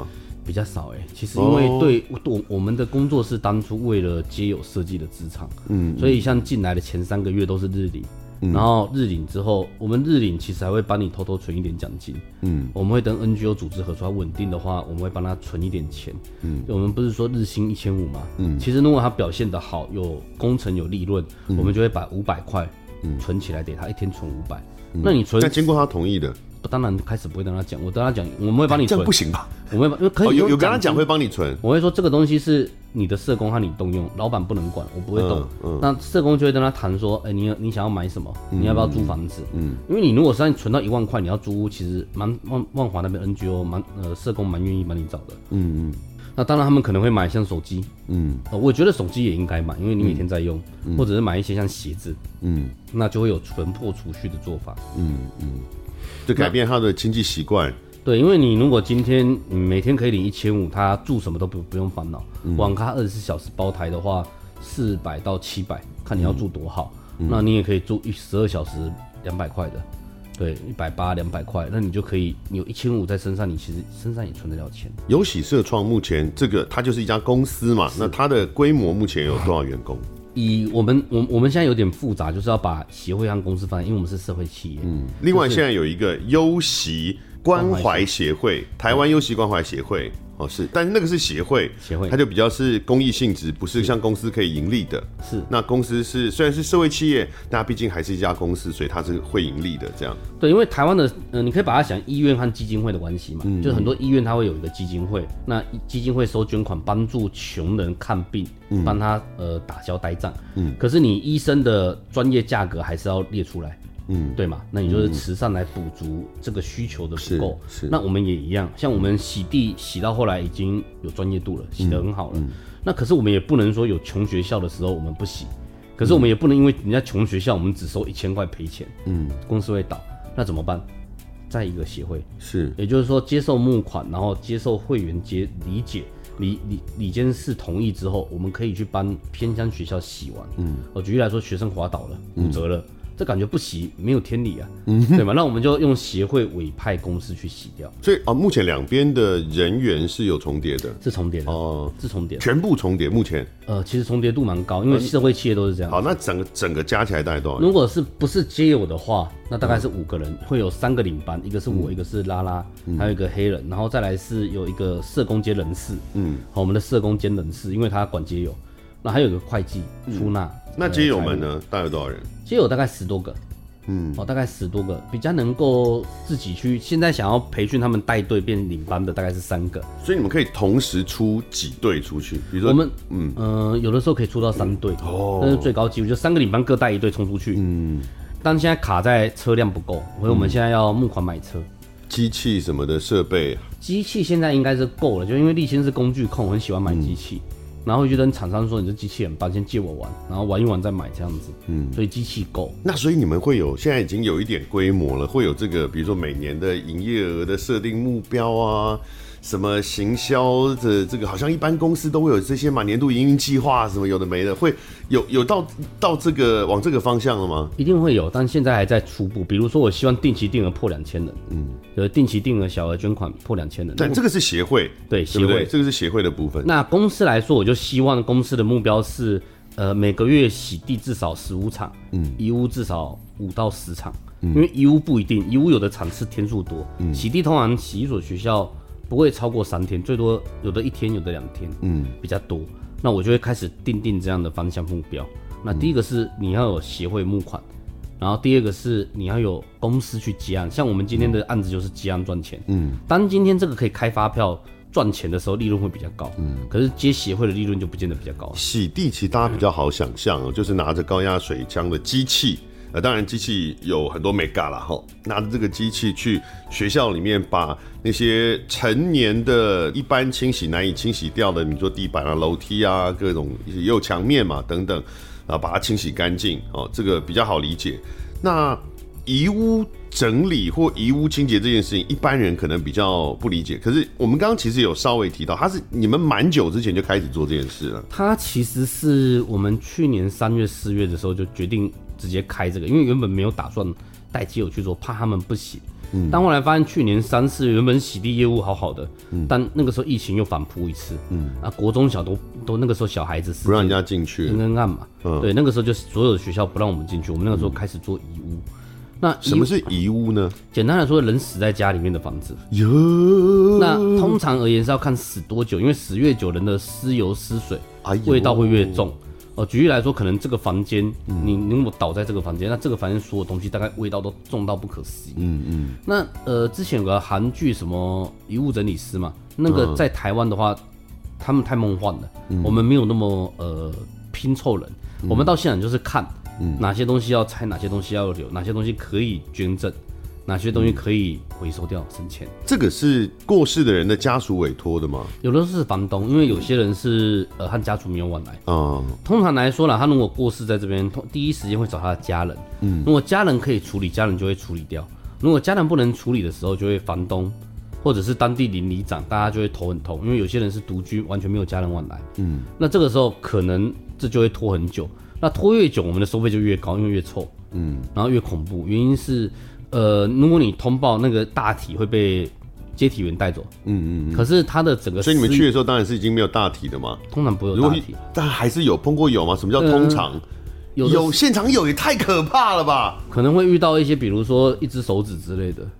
比较少哎、欸，其实因为对我、哦、我们的工作是当初为了街友设计的职场，嗯，所以像进来的前三个月都是日领。然后日领之后，我们日领其实还会帮你偷偷存一点奖金。嗯，我们会跟 N G O 组织合作，稳定的话，我们会帮他存一点钱。嗯，我们不是说日薪一千五吗？嗯，其实如果他表现得好，有工程有利润，嗯、我们就会把五百块存起来给他，一天存五百。嗯、那你存， 但经过他同意的。 当然开始不会跟他讲，我跟他讲，我们会帮你存。 这样不行吧？ 我们会因为可以、 哦、有有跟他讲会帮你存。 我会说这个东西是你的社工和你动用，老板不能管，我不会动。嗯嗯、那社工就会跟他谈说，哎、欸，你你想要买什么？你要不要租房子？嗯，因为你如果是存到一万块，你要租屋，其实蛮万万华那边 N G O 蛮呃社工蛮愿意帮你找的。嗯嗯。那当然他们可能会买像手机，嗯、呃，我觉得手机也应该买，因为你每天在用，嗯、或者是买一些像鞋子，嗯，那就会有存破储蓄的做法。嗯嗯。 就改变他的经济习惯。 对，因为你如果今天你每天可以领一千五，他住什么都不不用烦恼。嗯、网咖二十四小时包台的话，四百到七百，看你要住多好。嗯、那你也可以住十二小时两百块的，对，一百八两百块，那你就可以，你有一千五在身上，你其实身上也存得了钱。 有喜社创目前这个它就是一家公司嘛，那它的规模目前有多少员工？ 以我们我我们现在有点复杂，就是要把协会和公司放在，因为我们是社会企业。嗯， 另外现在有一个优习关怀协会，台湾优习关怀协会。哦，是，但是那个是协会， 协会它就比较是公益性质，不是像公司可以盈利的。 是， 那公司是虽然是社会企业，但它毕竟还是一家公司，所以它是会盈利的。这样。 对，因为台湾的，呃，你可以把它想医院和基金会的关系嘛，嗯、就是很多医院它会有一个基金会，那基金会收捐款帮助穷人看病，帮他呃打消呆账。嗯，可是你医生的专业价格还是要列出来。嗯，对嘛？那你就是慈善来补足这个需求的不够。是，那我们也一样，像我们洗地洗到后来已经有专业度了，洗得很好了。嗯嗯、那可是我们也不能说有穷学校的时候我们不洗，可是我们也不能因为人家穷学校我们只收一千块赔钱，嗯，公司会倒，那怎么办？在一个协会， 是， 也就是说接受募款，然后接受会员接理解。理理理监事同意之后，我们可以去帮偏乡学校洗完。嗯，我举例来说，学生滑倒了，骨折了。嗯，这感觉不洗没有天理啊，嗯、对吗？那我们就用协会委派公司去洗掉。 所以啊，目前两边的人员是有重叠的， 是重叠的哦，是重叠， 全部重叠。目前呃，其实重叠度蛮高，因为社会企业都是这样。 好，那整个整个加起来大概多少人？ 如果是不是街友的话，那大概是五个人，嗯、会有三个领班，一个是我，嗯、一个是拉拉，嗯、还有一个黑人，然后再来是有一个社工兼人事，嗯，好，我们的社工兼人事，因为他管街友，那还有一个会计出纳。嗯那街友们呢？大概有多少人？ 街友大概十多个，嗯，哦，大概十多个，比较能够自己去。现在想要培训他们带队变领班的大概是三个， 所以你们可以同时出几队出去？比如说我们，嗯呃，有的时候可以出到三队，哦，但是最高纪录就三个领班各带一队冲出去，嗯。但现在卡在车辆不够，所以我们现在要募款买车、 机器什么的设备。 机器现在应该是够了，就因为立新是工具控，很喜欢买机器。嗯，然后就跟厂商说，你这机器很棒，先借我玩，然后玩一玩再买这样子。嗯，所以机器够。 那所以你们会有现在已经有一点规模了，会有这个比如说每年的营业额的设定目标啊，什么行销的这个，好像一般公司都会有这些嘛，年度营运计划什么有的没的，会有有到到这个往这个方向了吗？ 一定会有，但现在还在初步。比如说，我希望定期定额破两千人，嗯，就是定期定额小额捐款破两千人。 但这个是协会， 对协会对对， 这个是协会的部分。 那公司来说，我就希望公司的目标是，呃，每个月洗地至少十五场，嗯，遗污至少五到十场，嗯，因为遗污不一定，遗污有的场次天数多，嗯，洗地通常洗一所学校不会超过三天，最多有的一天，有的两天，嗯，比较多。那我就会开始定定这样的方向目标。那第一个是你要有协会募款，然后第二个是你要有公司去接案，像我们今天的案子就是接案赚钱。嗯，当今天这个可以开发票赚钱的时候，利润会比较高。嗯，可是接协会的利润就不见得比较高。 洗地其实大家比较好想象哦，就是拿着高压水枪的机器。呃，当然机器有很多 mega 啦齁，拿着这个机器去学校里面把那些成年的一般清洗难以清洗掉的，你说地板啊、楼梯啊、各种也有墙面嘛等等，啊，把它清洗干净哦，这个比较好理解。那遗污整理或遗污清洁这件事情，一般人可能比较不理解。可是我们刚刚其实有稍微提到，它是你们蛮久之前就开始做这件事了。 它其实是我们去年三月、四月的时候就决定直接开这个，因为原本没有打算带街友去做，怕他们不行。 嗯，但后来发现去年三四月原本洗地业务好好的，嗯，但那个时候疫情又反扑一次，嗯，啊，国中小都都那个时候小孩子不让人家进去， 阴阴暗嘛，嗯，对，那个时候就所有的学校不让我们进去，我们那个时候开始做遗屋。那什么是遗屋呢？ 简单来说，人死在家里面的房子。 哟， 那通常而言是要看死多久，因为死越久，人的尸油湿水、哎、味道会越重。哦，举例来说，可能这个房间，嗯、你如果倒在这个房间，那这个房间所有东西大概味道都重到不可思议。嗯嗯。那呃，之前有个韩剧什么遗物整理师嘛，那个在台湾的话，嗯、他们太梦幻了，嗯、我们没有那么呃拼凑人，嗯、我们到现场就是看。嗯、哪些东西要拆，哪些东西要留，哪些东西可以捐赠，哪些东西可以回收掉省钱。 这个是过世的人的家属委托的吗？ 有的是房东，因为有些人是呃和家属没有往来。嗯，通常来说啦，他如果过世在这边，第一时间会找他的家人。嗯，如果家人可以处理，家人就会处理掉；如果家人不能处理的时候，就会房东或者是当地邻里长，大家就会头很痛，因为有些人是独居，完全没有家人往来。嗯，那这个时候可能这就会拖很久。那拖越久，我们的收费就越高，因为越臭，嗯，然后越恐怖。原因是，呃，如果你通报那个大体会被接体员带走，嗯嗯，可是它的整个， 所以你们去的时候当然是已经没有大体的嘛， 通常不会有大体， 但还是有碰过有吗？什么叫通常？呃、有有现场有也太可怕了吧？ 可能会遇到一些，比如说一只手指之类的，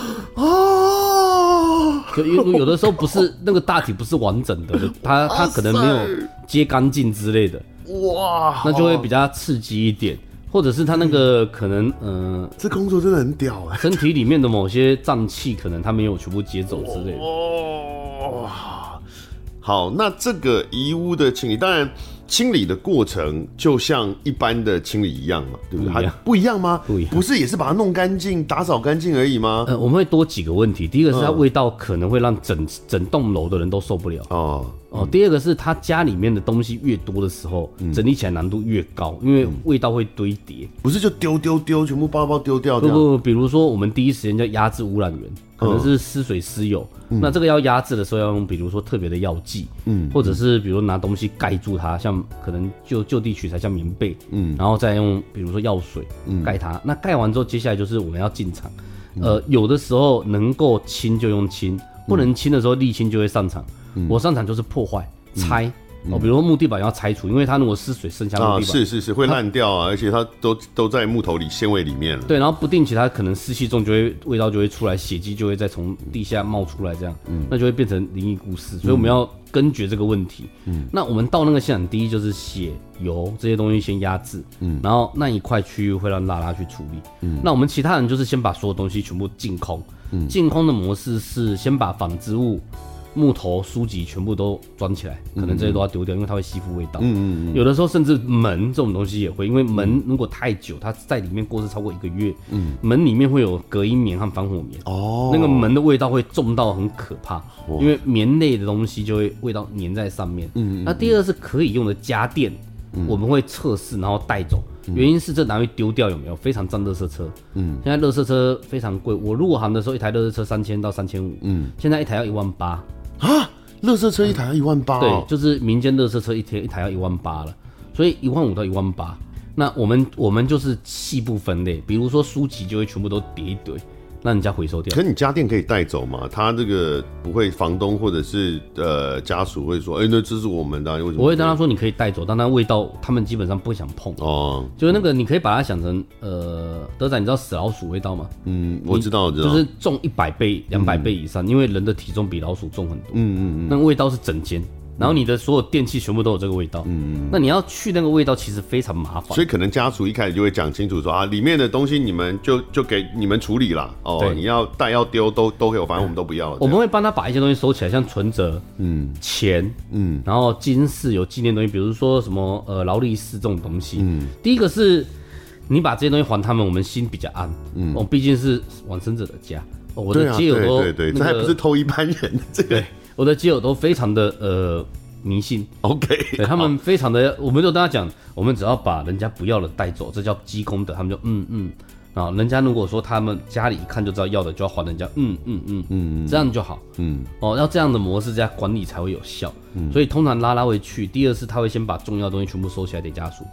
哦， 就有有的时候不是那个大体不是完整的，它它可能没有接干净之类的。哇，那就会比较刺激一点，或者是他那个可能，呃， 这工作真的很屌哎， 身体里面的某些脏器可能他没有全部接走之类的。 哦，好，那这个遗屋的清理，当然清理的过程就像一般的清理一样嘛，对不对？不一样，不一样吗？ 不一样， 不是也是把它弄干净、打扫干净而已吗？ 呃，我们会多几个问题，第一个是它味道可能会让整整栋楼的人都受不了哦。哦，第二个是他家里面的东西越多的时候，嗯、整理起来难度越高，因为味道会堆叠。 不是就丢丢丢，全部包包丢掉这样？ 不不不，比如说我们第一时间就压制污染源，可能是湿水湿油。嗯、那这个要压制的时候，要用比如说特别的药剂，嗯，或者是比如拿东西盖住它，像可能就就地取材，像棉被，嗯，然后再用比如说药水盖它。嗯、那盖完之后，接下来就是我们要进场。嗯、呃，有的时候能够清就用清，不能清的时候沥青就会上场。我上场就是破坏、拆、嗯、哦，比如说木地板要拆除，因为它如果湿水剩下木地板，啊、 是是是会烂掉啊，而且它都都在木头里纤维里面了。 对，然后不定期它可能湿气重，就会味道就会出来，血迹就会再从地下冒出来，这样，嗯、那就会变成灵异故事。所以我们要根绝这个问题。嗯，那我们到那个现场，第一就是血、油这些东西先压制，嗯，然后那一块区域会让拉拉去处理。嗯，那我们其他人就是先把所有东西全部净空。嗯，净空的模式是先把纺织物。木头、书籍全部都装起来，可能这些都要丢掉，因为它会吸附味道。嗯嗯嗯。有的时候甚至门这种东西也会，因为门如果太久，它在里面过世超过一个月，嗯，门里面会有隔音棉和防火棉。哦。那个门的味道会重到很可怕，哦、因为棉类的东西就会味道粘在上面。嗯, 嗯, 嗯。那第二是可以用的家电，嗯、我们会测试然后带走。原因是这拿去丢掉有没有？非常占垃圾车。嗯。现在垃圾车非常贵，我入行的时候一台垃圾车三千到三千五。嗯。现在一台要一万八。 啊，垃圾车一台要一万八， 对，就是民间垃圾车一天一台要一万八了，所以一万五到一万八。那我们我们就是细部分类，比如说书籍就会全部都叠一堆，让人家回收掉。 可是你家电可以带走吗？他这个不会，房东或者是呃家属会说，哎、欸，那这是我们的、啊，为什么？ 我会跟他说你可以带走，但那味道他们基本上不会想碰。哦，就是那个你可以把它想成，呃，德仔，你知道死老鼠味道吗？ 嗯，我知道，我知道， 就是重一百倍、两百倍以上、嗯，因为人的体重比老鼠重很多。嗯嗯嗯，那个味道是整间。然后你的所有电器全部都有这个味道，嗯，那你要去那个味道其实非常麻烦， 所以可能家属一开始就会讲清楚说啊，里面的东西你们就就给你们处理啦，哦，你要带要丢都都给我，反正我们都不要。 我们会帮他把一些东西收起来，像存折、嗯，钱，嗯，然后金饰有纪念东西，比如说什么呃劳力士这种东西，嗯，第一个是你把这些东西还他们，我们心比较安，嗯，哦，毕竟是往生者的家，哦，我的街友都， 对对对，这还不是偷一般人，这个。 我的街友都非常的呃迷信 ，OK， 对他们非常的，我们就跟他讲，我们只要把人家不要的带走，这叫积功德，他们就嗯嗯，啊，人家如果说他们家里一看就知道要的，就要还人家，嗯嗯嗯嗯，这样就好，嗯，哦，要这样的模式，这样管理才会有效，嗯，所以通常拉拉会去，第二是他会先把重要的东西全部收起来给家属，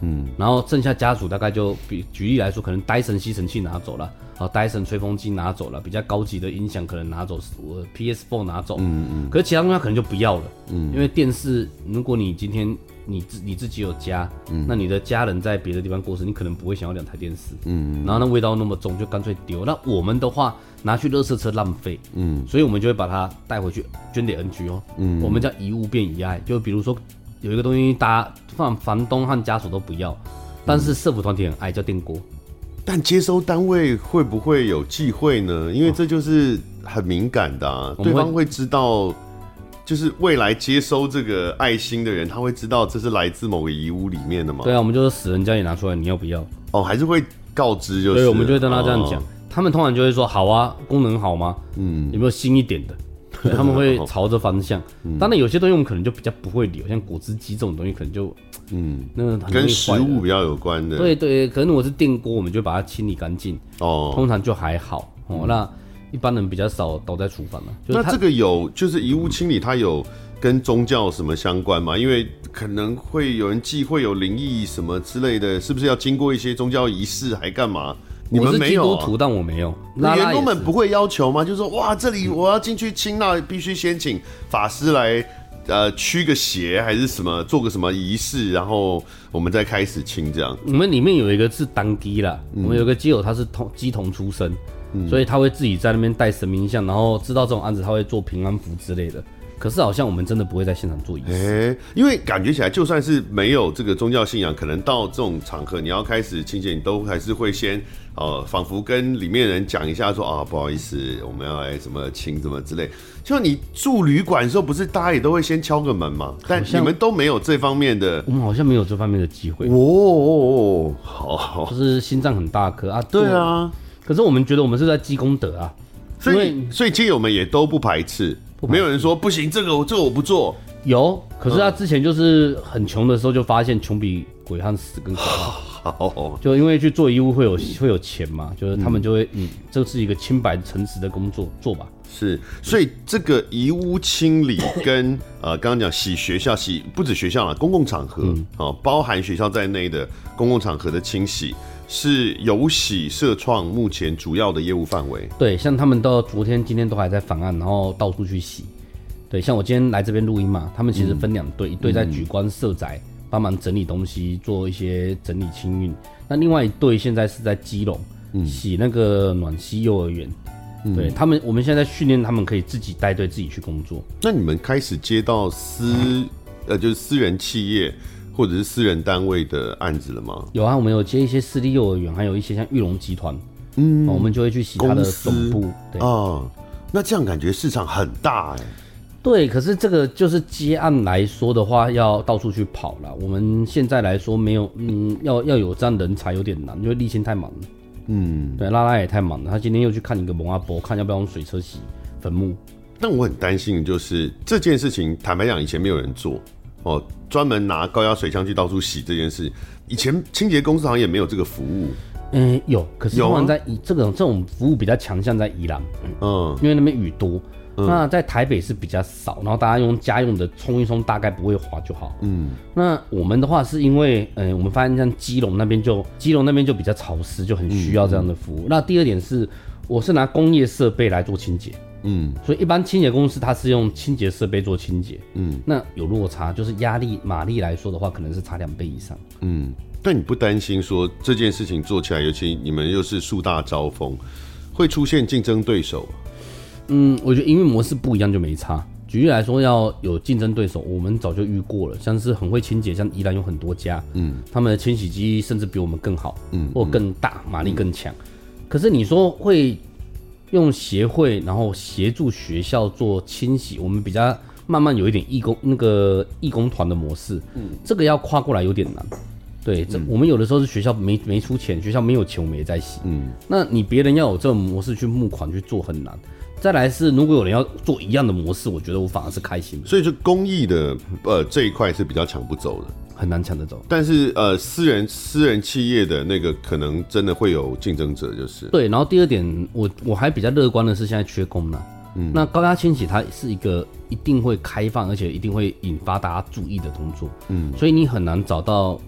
嗯，然后剩下家属大概就比举例来说，可能戴森吸尘器拿走了，好，戴森吹风机拿走了，比较高级的音响可能拿走，我 P S 四 拿走，嗯嗯，可是其他东西他可能就不要了，嗯，因为电视，如果你今天你自你自己有家，嗯，那你的家人在别的地方过世，你可能不会想要两台电视，嗯，然后那味道那么重，就干脆丢。那我们的话拿去垃圾车浪费，嗯，所以我们就会把它带回去捐给 N G O， 嗯，我们叫遗物变遗爱，就比如说有一个东西，大家放房东和家属都不要，但是社福团体很爱，叫电锅。 但接收单位会不会有忌讳呢？因为这就是很敏感的啊，对方会知道。就是未来接收这个爱心的人，他会知道这是来自某个遗物里面的吗？ 对啊，我们就是死人家也拿出来，你要不要？ 哦，还是会告知，就是。 对，我们就会跟他这样讲，哦、他们通常就会说好啊，功能好吗？嗯，有没有新一点的？对，他们会朝着方向。嗯、当然，有些东西我们可能就比较不会留，像果汁机这种东西，可能就嗯，那个跟食物比较有关的。 对对，可能如果是电锅，我们就把它清理干净。哦，通常就还好。哦，嗯、那。一般人比较少倒在厨房了。 那这个有就是遗物清理，它有跟宗教什么相关吗？因为可能会有人忌讳有灵异什么之类的，是不是要经过一些宗教仪式还干嘛？你们没有、啊？ 我是基督徒，但我没有。 员工们不会要求吗？就是说，哇，这里我要进去清，那必须先请法师来呃驱个邪，还是什么做个什么仪式，然后我们再开始清这样。 我们里面有一个是当机啦，嗯、我们有个基友他是乩童出身。嗯、所以他会自己在那边带神明像，然后知道这种案子他会做平安符之类的。可是好像我们真的不会在现场做仪式、 欸，因为感觉起来就算是没有这个宗教信仰，可能到这种场合你要开始清洁，你都还是会先呃，仿佛跟里面人讲一下说啊，不好意思，我们要来什么清什么之类。就你住旅馆的时候，不是大家也都会先敲个门吗？但你们都没有这方面的， 我们好像没有这方面的机会。 哦哦哦，好， 就是心脏很大颗啊。 对啊。 可是我们觉得我们是在积功德啊， 所以所以街友们也都不排斥，没有人说不行，这个我这个我不做。 有，可是他之前就是很穷的时候就发现穷比鬼和死更可怕。好，就因为去做遗物会有会有钱嘛，就是他们就会嗯，这是一个清白诚实的工作，做吧。 是，所以这个遗物清理跟呃刚刚讲洗学校洗不止学校啦，公共场合、嗯哦、包含学校在内的公共场合的清洗。是有洗社创目前主要的业务范围。 对，像他们到昨天、今天都还在访案，然后到处去洗。对，像我今天来这边录音嘛，他们其实分两队，嗯、一队在举官社宅帮忙整理东西，做一些整理清运。那另外一队现在是在基隆、嗯、洗那个暖溪幼儿园。嗯、对他们，我们现在训练他们可以自己带队、自己去工作。 那你们开始接到私、嗯、呃，就是私人企业。或者是私人单位的案子了吗？ 有啊，我们有接一些私立幼儿园，还有一些像玉龙集团，嗯、喔，我们就会去洗它的总部。对啊、 哦，那这样感觉市场很大哎、欸。 对，可是这个就是接案来说的话，要到处去跑啦。我们现在来说没有，嗯，要要有这样人才有点难，因为立新太忙了。嗯，对，拉拉也太忙了。他今天又去看一个蒙阿伯，看要不要用水车洗坟墓。 但我很担心，就是这件事情，坦白讲，以前没有人做。哦，专门拿高压水枪去到处洗这件事，以前清洁公司好像也没有这个服务。 嗯，有，可是通常在宜、啊、这种这种服务比较强项在宜兰，嗯，因为那边雨多。嗯、那在台北是比较少，然后大家用家用的冲一冲，大概不会滑就好。嗯，那我们的话是因为，嗯，我们发现像基隆那边就基隆那边就比较潮湿，就很需要这样的服务。嗯、那第二点是，我是拿工业设备来做清洁。嗯，所以一般清洁公司它是用清洁设备做清洁，嗯，那有落差，就是压力马力来说的话，可能是差两倍以上。 嗯，但你不担心说这件事情做起来，尤其你们又是树大招风，会出现竞争对手？ 嗯，我觉得营运模式不一样就没差。举例来说，要有竞争对手，我们早就遇过了，像是很会清洁，像宜兰有很多家，嗯，他们的清洗机甚至比我们更好，嗯，或更大，马力更强。嗯、可是你说会用协会，然后协助学校做清洗，我们比较慢慢有一点义工那个义工团的模式，嗯，这个要跨过来有点难。对，这、嗯、我们有的时候是学校没没出钱，学校没有钱，我们也在洗，嗯，那你别人要有这种模式去募款去做很难。再来是，如果有人要做一样的模式，我觉得我反而是开心的。 所以就公益的呃这一块是比较抢不走的， 很难抢得走。 但是呃私人私人企业的那个可能真的会有竞争者，就是对。然后第二点，我我还比较乐观的是现在缺工呢。嗯，那高压清洗它是一个一定会开放，而且一定会引发大家注意的工作。嗯，所以你很难找到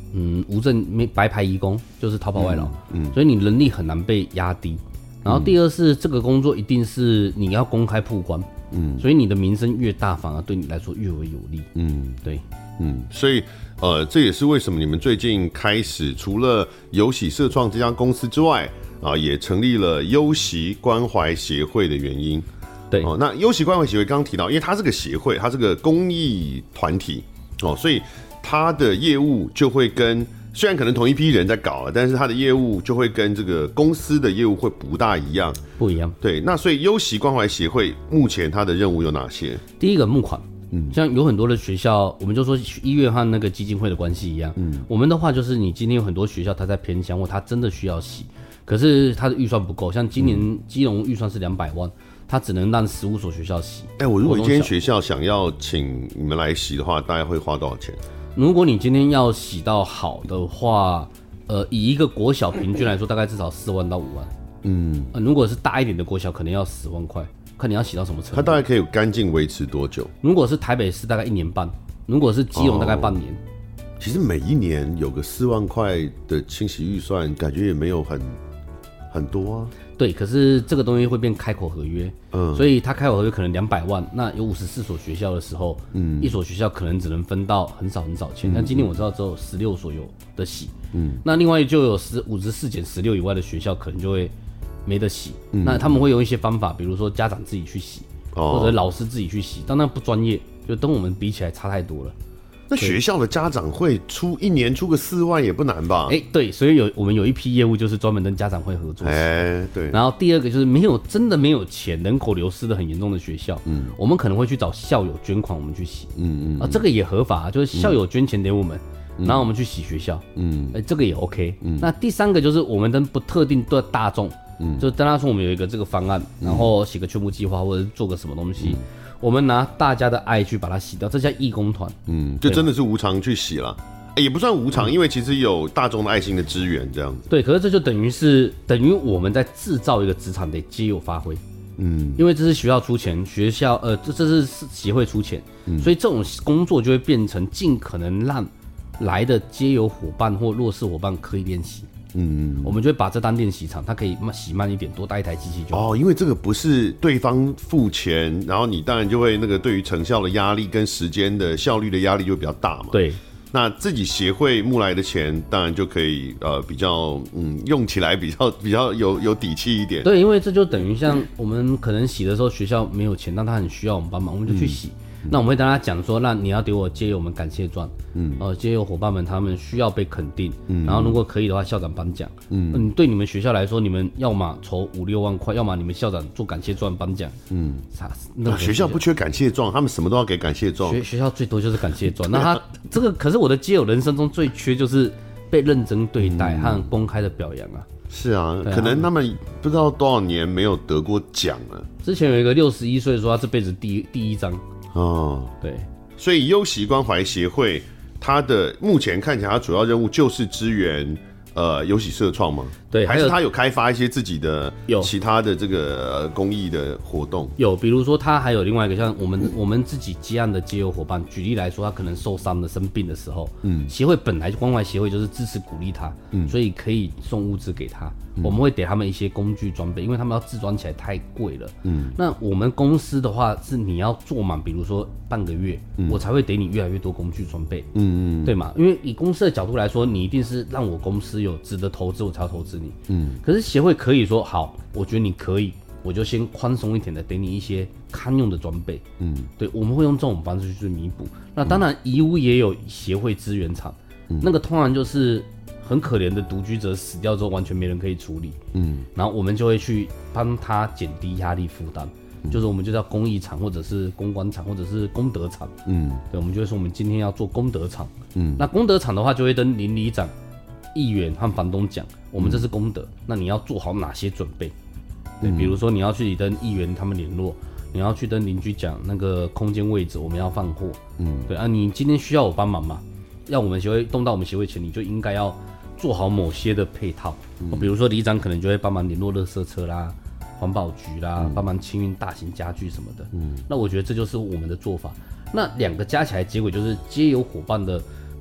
嗯无证没白牌移工，就是逃跑外劳，嗯，嗯所以你能力很难被压低。然后第二是这个工作一定是你要公开曝光，嗯，所以你的名声越大，反而对你来说越为有利，嗯，对， 嗯，所以呃，这也是为什么你们最近开始除了有喜社创这家公司之外，啊，也成立了优习关怀协会的原因。 对， 哦，那优习关怀协会刚刚提到，因为它是个协会，它是个公益团体，哦，所以它的业务就会跟。虽然可能同一批人在搞，但是他的业务就会跟这个公司的业务会不大一样， 不一样。 对，那所以优习关怀协会目前它的任务有哪些？ 第一个募款，嗯，像有很多的学校，我们就说医院和那个基金会的关系一样，嗯，我们的话就是你今天有很多学校它在偏乡或它真的需要洗，可是它的预算不够，像今年基隆预算是两百万。他只能让十五所学校洗。 哎、欸，我如果今天学校想要请你们来洗的话，大概会花多少钱？ 如果你今天要洗到好的话，呃，以一个国小平均来说，大概至少四万到五万。嗯、呃，如果是大一点的国小，可能要十万块，看你要洗到什么程度。 它大概可以干净维持多久？ 如果是台北市，大概一年半；如果是基隆，大概半年。 哦、其实每一年有个四万块的清洗预算，感觉也没有很很多啊。 对，可是这个东西会变开口合约，嗯，所以他开口合约可能两百万，那有五十四所学校的时候，嗯，一所学校可能只能分到很少很少钱。但、嗯、今天我知道只有十六所有的洗，嗯，那另外就有十五十四减十六以外的学校可能就会没得洗，嗯，那他们会用一些方法，比如说家长自己去洗，哦、或者老师自己去洗，但那不专业，就跟我们比起来差太多了。 那学校的家长会出一年出个四万也不难吧？ 哎、欸，对，所以有我们有一批业务就是专门跟家长会合作。 哎、欸，对。 然后第二个就是没有真的没有钱，人口流失的很严重的学校，嗯，我们可能会去找校友捐款，我们去洗，嗯嗯，啊，这个也合法，就是校友捐钱给我们，嗯、然后我们去洗学校，嗯，哎、欸，这个也 OK。嗯，那第三个就是我们跟不特定的大众，嗯，就是跟他说我们有一个这个方案，然后写个劝募计划或者是做个什么东西。嗯，我们拿大家的爱去把它洗掉，这叫义工团。嗯， 就真的是无偿去洗了、欸，也不算无偿、嗯，因为其实有大众的爱心的支援这样子。 对，可是这就等于是等于我们在制造一个职场得皆有发挥。嗯，因为这是学校出钱，学校呃这这是协会出钱、嗯，所以这种工作就会变成尽可能让来的皆有伙伴或弱势伙伴可以练习。嗯，我们就会把这当练习场，它可以洗慢一点，多带一台机器就好。 哦，因为这个不是对方付钱，然后你当然就会那个对于成效的压力跟时间的效率的压力就会比较大嘛。 对， 那自己协会募来的钱，当然就可以呃比较嗯用起来比较比较有有底气一点。 对，因为这就等于像我们可能洗的时候学校没有钱，但他很需要我们帮忙，我们就去洗。嗯，那我们会跟他讲说，那你要给我接有我们感谢状，嗯，呃，接有伙伴们他们需要被肯定，嗯，然后如果可以的话，校长颁奖，嗯，你对你们学校来说，你们要么筹五六万块，要么你们校长做感谢状颁奖，嗯，啥？ 那学校不缺感谢状，他们什么都要给感谢状， 学学校最多就是感谢状。那他这个可是我的街友人生中最缺就是被认真对待和公开的表扬啊。 是啊，可能他们不知道多少年没有得过奖了。 之前有一个六十一岁说他这辈子第一第一张。哦，对， 所以优习关怀协会，它的目前看起来，它主要任务就是支援呃优喜社创吗？ 对， 还是它有开发一些自己的有其他的这个、呃、公益的活动？ 有，比如说它还有另外一个像我们、嗯、我们自己接案的街友伙伴，举例来说，他可能受伤了、生病的时候，嗯，协会本来关怀协会就是支持鼓励他，嗯，所以可以送物资给他。我们会给他们一些工具装备，因为他们要自装起来太贵了。嗯，那我们公司的话是你要做满，比如说半个月，嗯、我才会给你越来越多工具装备。嗯嗯，对嘛？因为以公司的角度来说，你一定是让我公司有值得投资，我才要投资你。嗯，可是协会可以说好，我觉得你可以，我就先宽松一点的给你一些堪用的装备。嗯，对，我们会用这种方式去弥补。那当然，遗屋也有协会资源厂，嗯、那个通常就是。很可怜的独居者死掉之后，完全没人可以处理。嗯，然后我们就会去帮他减低压力负担、嗯，就是我们就叫公益场，或者是公关场，或者是功德场。嗯，对，我们就会说我们今天要做功德场。嗯，那功德场的话，就会跟邻里长、议员和房东讲，我们这是功德、嗯，那你要做好哪些准备？对，比如说你要去跟议员他们联络，你要去跟邻居讲那个空间位置，我们要放货。嗯，对啊，你今天需要我帮忙吗？要我们协会动到我们协会前，你就应该要。做好某些的配套，嗯、比如说里长可能就会帮忙联络垃圾车啦、环保局啦，帮、嗯、忙清运大型家具什么的。嗯，那我觉得这就是我们的做法。那两个加起来结果就是皆有伙伴的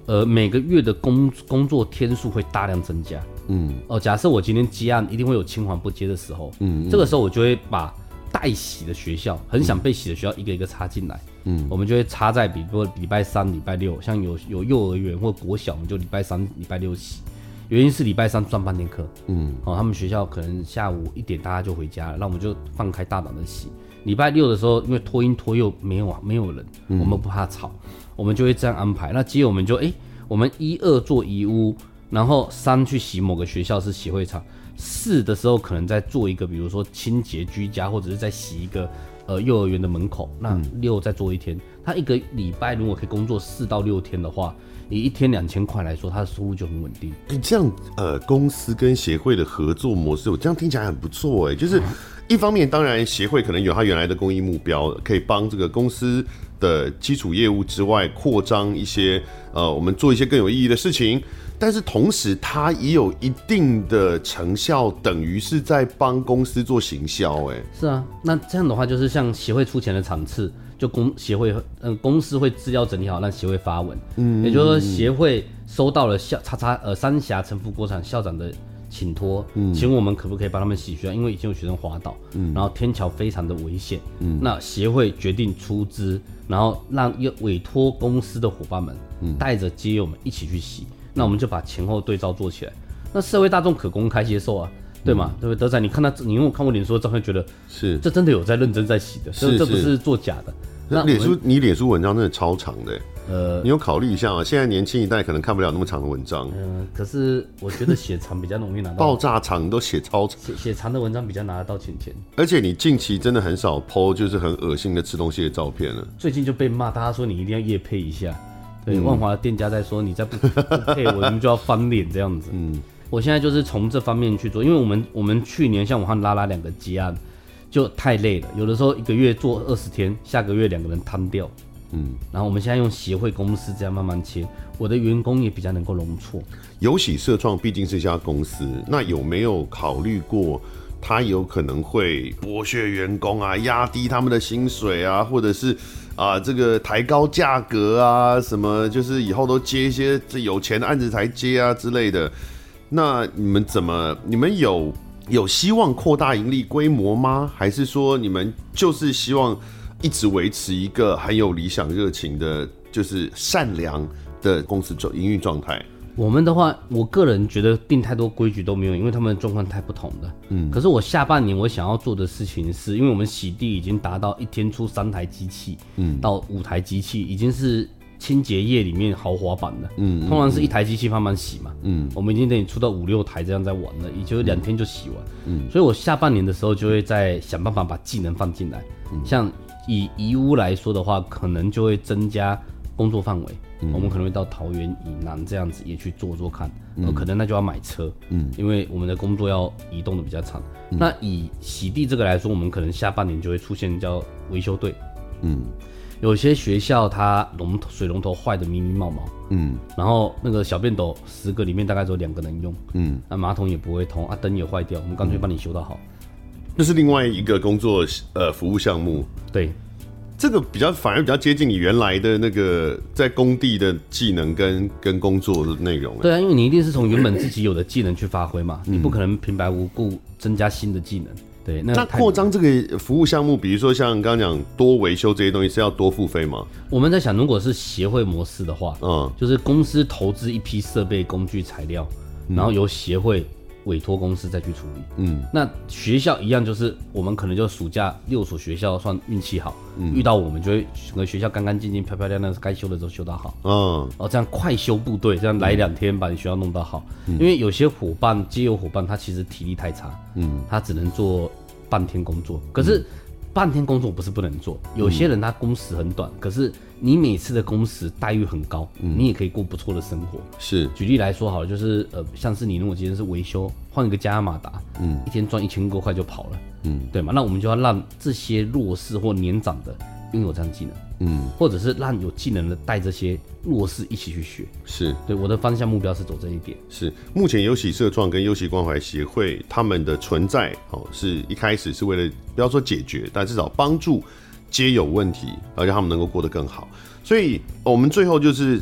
呃每个月的工工作天数会大量增加。 嗯， 哦，假设我今天接案一定会有青黄不接的时候，嗯，嗯这个时候我就会把待洗的学校，很想被洗的学校一个一个插进来，嗯，我们就会插在比如说礼拜三、礼拜六，像有有幼儿园或国小，我们就礼拜三、礼拜六洗。原因是礼拜三上半天课，嗯，哦，他们学校可能下午一点大家就回家了，那我们就放开大胆的洗。礼拜六的时候，因为托婴托幼没有没有人，嗯、我们不怕吵，我们就会这样安排。那接着我们就哎、欸，我们一二做遗屋，然后三去洗某个学校是洗会场，四的时候可能再做一个，比如说清洁居家，或者是再洗一个呃幼儿园的门口。那六再做一天，他一个礼拜如果可以工作四到六天的话。以一天两千块来说，他的收入就很稳定。 你、欸、这样，呃，公司跟协会的合作模式，我这样听起来很不错哎。就是一方面，当然协会可能有他原来的公益目标，可以帮这个公司的基础业务之外，扩张一些呃，我们做一些更有意义的事情。但是同时，它也有一定的成效，等于是在帮公司做行销哎。 是啊，那这样的话，就是像协会出钱的场次。就公协会，嗯，公司会资料整理好，让协会发文。嗯，也就是说，协会收到了校叉叉呃三峡成福国产校长的请托，嗯，请我们可不可以帮他们洗学校？因为已经有学生滑倒，嗯，然后天桥非常的危险，嗯，那协会决定出资，然后让委托公司的伙伴们，嗯，带着街友们一起去洗。那我们就把前后对照做起来，那社会大众可公开接受啊。对嘛，对不对？德仔，你看他，你因为我看过脸书的照片，觉得是这真的有在认真在洗的，这这不是作假的。 那脸书，你脸书文章真的超长的，呃，你有考虑一下啊？现在年轻一代可能看不了那么长的文章， 嗯、呃，可是我觉得写长比较容易拿到， 爆炸长都写超长， 写写长的文章比较拿得到钱钱。 而且你近期真的很少 po 就是很恶心的吃东西的照片了， 最近就被骂，大家说你一定要业配一下，对，嗯、万华的店家在说你再不不配，我们就要翻脸这样子，嗯。我现在就是从这方面去做，因为我们我们去年像我和拉拉两个接案就太累了，有的时候一个月做二十天，下个月两个人摊掉，嗯，然后我们现在用协会公司这样慢慢切，我的员工也比较能够容错。 有喜社创毕竟是一家公司，那有没有考虑过他有可能会剥削员工啊，压低他们的薪水啊，或者是啊这个抬高价格啊，什么就是以后都接一些这有钱的案子才接啊之类的？那你们怎么？你们有有希望扩大盈利规模吗？还是说你们就是希望一直维持一个很有理想热情的，就是善良的公司营运状态？ 我们的话，我个人觉得定太多规矩都没有，因为他们的状况太不同了。嗯，可是我下半年我想要做的事情是，因为我们洗地已经达到一天出三台机器，嗯，到五台机器，已经是。清洁业里面豪华版的，嗯，通常是一台机器慢慢洗嘛，嗯，我们已经等你出到五六台这样在玩了，也就两天就洗完，嗯，所以我下半年的时候就会再想办法把技能放进来，嗯，像以遗屋来说的话，可能就会增加工作范围，嗯，我们可能会到桃园以南这样子也去做做看，嗯，呃，可能那就要买车，嗯，因为我们的工作要移动的比较长，嗯，那以洗地这个来说，我们可能下半年就会出现叫维修队，嗯。有些学校它龙头水龙头坏的密密冒冒，嗯，然后那个小便斗十个里面大概只有两个能用，嗯，那马桶也不会通啊，灯也坏掉，我们干脆帮你修到好。 这是另外一个工作呃服务项目， 对， 这个比较反而比较接近你原来的那个在工地的技能跟跟工作的内容。 对啊，因为你一定是从原本自己有的技能去发挥嘛，嗯，你不可能平白无故增加新的技能。对，那扩张这个服务项目，比如说像刚刚讲多维修这些东西，是要多付费吗？ 我们在想，如果是协会模式的话，嗯，就是公司投资一批设备、工具、材料，然后由协会委托公司再去处理。嗯，那学校一样，就是我们可能就暑假六所学校算运气好，嗯，遇到我们就会整个学校干干净净、漂漂亮亮，该修的时候修到好。嗯，哦，这样快修部队，这样来两天把你学校弄到好。嗯，因为有些伙伴、街友伙伴，他其实体力太差，嗯，他只能做半天工作，可是半天工作不是不能做，有些人他工时很短，可是你每次的工时待遇很高，嗯，你也可以过不错的生活。 是， 举例来说好了，就是呃，像是你如果今天是维修，换一个加马达，嗯，一天赚一千多块就跑了，嗯，对嘛？那我们就要让这些弱势或年长的拥有这样技能，嗯，或者是让有技能的带这些弱势一起去学。 是， 对，我的方向目标是走这一点。 是，目前优喜社创跟优喜关怀协会他们的存在，哦，是一开始是为了不要说解决，但至少帮助街友问题，而让他们能够过得更好。所以我们最后就是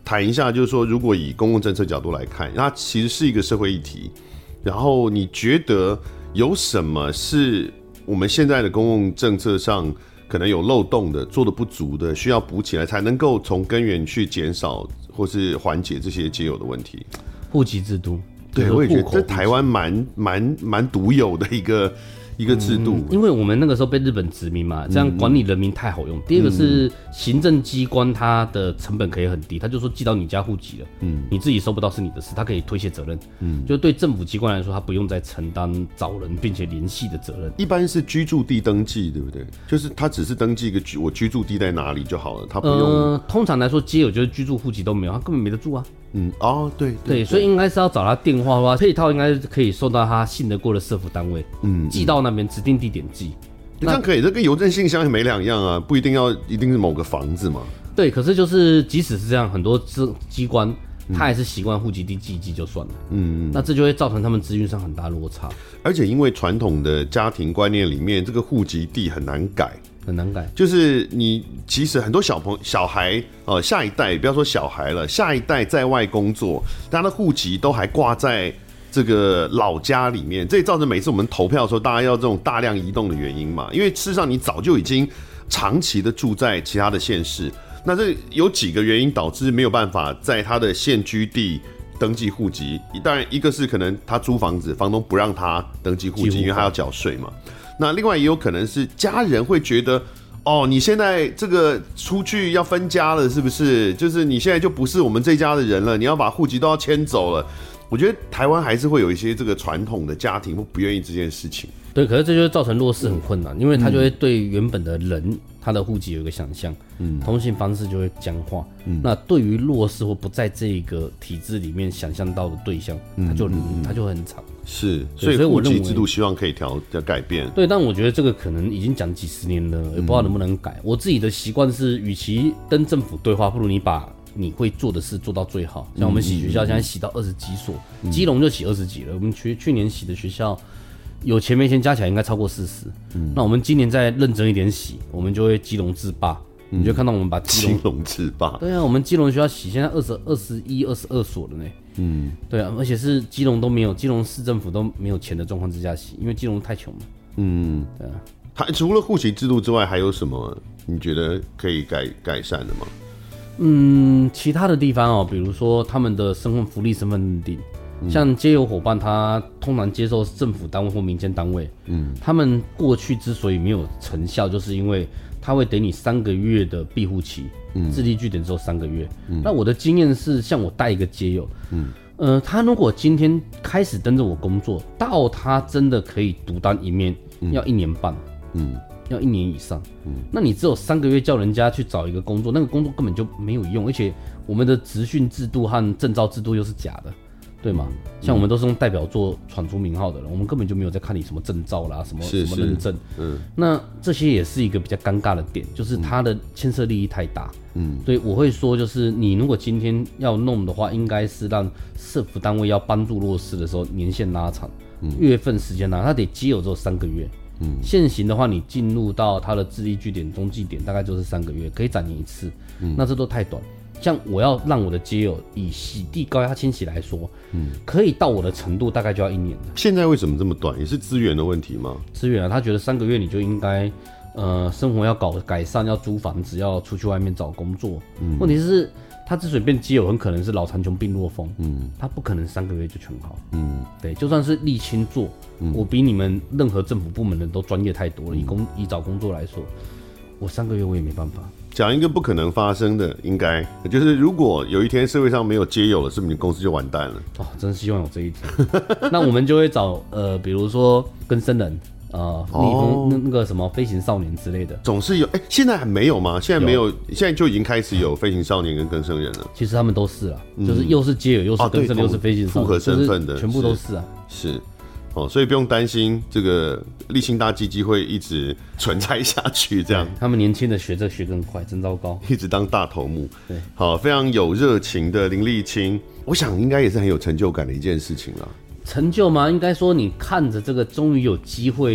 谈一下，就是说，如果以公共政策角度来看，它其实是一个社会议题。然后你觉得有什么是我们现在的公共政策上可能有漏洞的、做的不足的，需要补起来，才能够从根源去减少或是缓解这些街友的问题？ 户籍制度， 对，我也觉得这台湾蛮蛮蛮独有的一个。一个制度、嗯， 因为我们那个时候被日本殖民嘛，这样管理人民太好用。嗯、第二个是行政机关，它的成本可以很低，他就说寄到你家户籍了，嗯，你自己收不到是你的事，他可以推卸责任，嗯，就对政府机关来说，他不用再承担找人并且联系的责任。 一般是居住地登记，对不对？就是他只是登记一个我居住地在哪里就好了，他不用。 呃，通常来说，街友就是居住户籍都没有，他根本没得住啊。 嗯，哦，对 对, 对，所以应该是要找他电话的话，配套应该是可以送到他信得过的社福单位，嗯，寄到那边指定地点寄。 这样可以，这跟邮政信箱也没两样啊，不一定要一定是某个房子嘛。 对，可是就是即使是这样，很多机关他还是习惯户籍地寄一寄就算了，嗯，那这就会造成他们资讯上很大落差。 而且因为传统的家庭观念里面，这个户籍地很难改。 很难改， 就是你其实很多小朋友、小孩，呃，下一代不要说小孩了，下一代在外工作，他的户籍都还挂在这个老家里面，这也造成每次我们投票的时候，大家要这种大量移动的原因嘛。因为事实上你早就已经长期的住在其他的县市，那这有几个原因导致没有办法在他的现居地登记户籍。当然，一个是可能他租房子，房东不让他登记户籍，因为他要缴税嘛。那另外也有可能是家人会觉得，哦，你现在这个出去要分家了，是不是？就是你现在就不是我们这家的人了，你要把户籍都要迁走了。我觉得台湾还是会有一些这个传统的家庭不愿意这件事情。 对，可是这就会造成弱势很困难，因为他就会对原本的人他的户籍有一个想象，嗯，通信方式就会僵化。嗯，那对于弱势或不在这个体制里面想象到的对象，他就、嗯、他就会很长。 是，所以户籍制度希望可以调改变。 对，但我觉得这个可能已经讲几十年了，也不知道能不能改。嗯、我自己的习惯是，与其跟政府对话，不如你把你会做的事做到最好。像我们洗学校，现在洗到二十几所，嗯、基隆就洗二十几了。我们去去年洗的学校，有钱没钱加起来应该超过四十。嗯，那我们今年再认真一点洗，我们就会基隆制霸。嗯、你就看到我们把基隆基隆制霸。 对啊，我们基隆学校洗现在二十二十一、二十二所了呢。嗯，对啊，而且是基隆都没有，基隆市政府都没有钱的状况之下洗，因为基隆太穷了。嗯，对啊。 还除了户籍制度之外，还有什么你觉得可以改改善的吗？ 嗯，其他的地方哦，比如说他们的身份福利身份认定，嗯、像街友伙伴，他通常接受政府单位或民间单位，嗯，他们过去之所以没有成效，就是因为他会给你三个月的庇护期，嗯，自立据点只有三个月。嗯、那我的经验是，像我带一个街友，嗯，呃，他如果今天开始跟着我工作，到他真的可以独当一面，嗯、要一年半，嗯。要一年以上，嗯，那你只有三个月叫人家去找一个工作，那个工作根本就没有用，而且我们的职训制度和证照制度又是假的，对吗？像我们都是用代表作闯出名号的人，我们根本就没有在看你什么证照啦，什么什么认证，嗯，那这些也是一个比较尴尬的点，就是它的牵涉利益太大，嗯，所以我会说，就是你如果今天要弄的话，应该是让社福单位要帮助弱势的时候年限拉长，嗯、月份时间拉长，它得基友只有三个月。嗯，现行的话，你进入到它的自立据点、中继点，大概就是三个月，可以展延一次。嗯，那这都太短。像我要让我的街友以洗地高压清洗来说，嗯，可以到我的程度，大概就要一年了。 现在为什么这么短？也是资源的问题吗？ 资源啊，他觉得三个月你就应该，呃，生活要搞改善，要租房子，要出去外面找工作。嗯，问题是。他之所以变街友，很可能是老残穷病弱风，嗯，他不可能三个月就全好，嗯，对，就算是立青做，嗯、我比你们任何政府部门的都专业太多了。以工以找工作来说，我三个月我也没办法。 讲一个不可能发生的，应该就是如果有一天社会上没有街友了，是不是你公司就完蛋了？ 哦，真希望有这一天。那我们就会找呃，比如说更生人。呃，逆风、哦、那个什么飞行少年之类的， 总是有。哎、欸，现在还没有吗？现在没有，有现在就已经开始有飞行少年跟更生人了。 其实他们都是啦，嗯、就是又是街友，又是更生人，又是飞行少年， 复合身份的， 全部都是啊。 是，是哦，所以不用担心这个立新大基金会一直存在下去，这样。 他们年轻的学这学更快，真糟糕， 一直当大头目。 对， 好，非常有热情的林立青，我想应该也是很有成就感的一件事情啦。 成就吗？应该说你看着这个终于有机会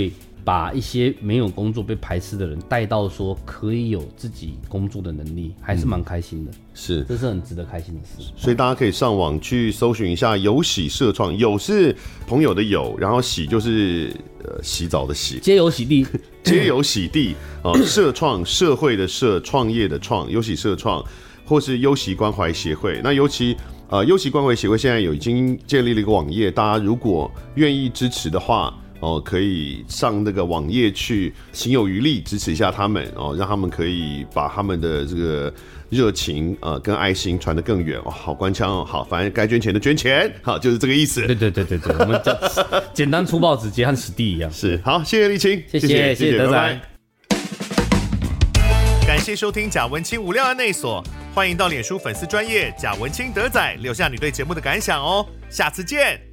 把一些没有工作被排斥的人带到说可以有自己工作的能力，还是蛮开心的。嗯、 是， 这是很值得开心的事。 所以大家可以上网去搜寻一下有喜社创，有是朋友的有，然后喜就是呃洗澡的洗， 皆有喜地， 皆有喜地哦、呃，社创社会的社，创业的创，有喜社创，或是优习关怀协会。那尤其呃优习关怀协会现在有已经建立了一个网页，大家如果愿意支持的话。哦，可以上那个网页去，行有余力支持一下他们哦，让他们可以把他们的这个热情呃跟爱心传得更远哦。好官腔哦，好，反正该捐钱的捐钱，好，就是这个意思。 对对对对对，我们简单粗暴直接，和史地一样。 是，好，谢谢立青， 谢谢谢谢德仔。 感谢收听贾文清无料案内所，欢迎到脸书粉丝专页贾文清德仔留下你对节目的感想哦，下次见。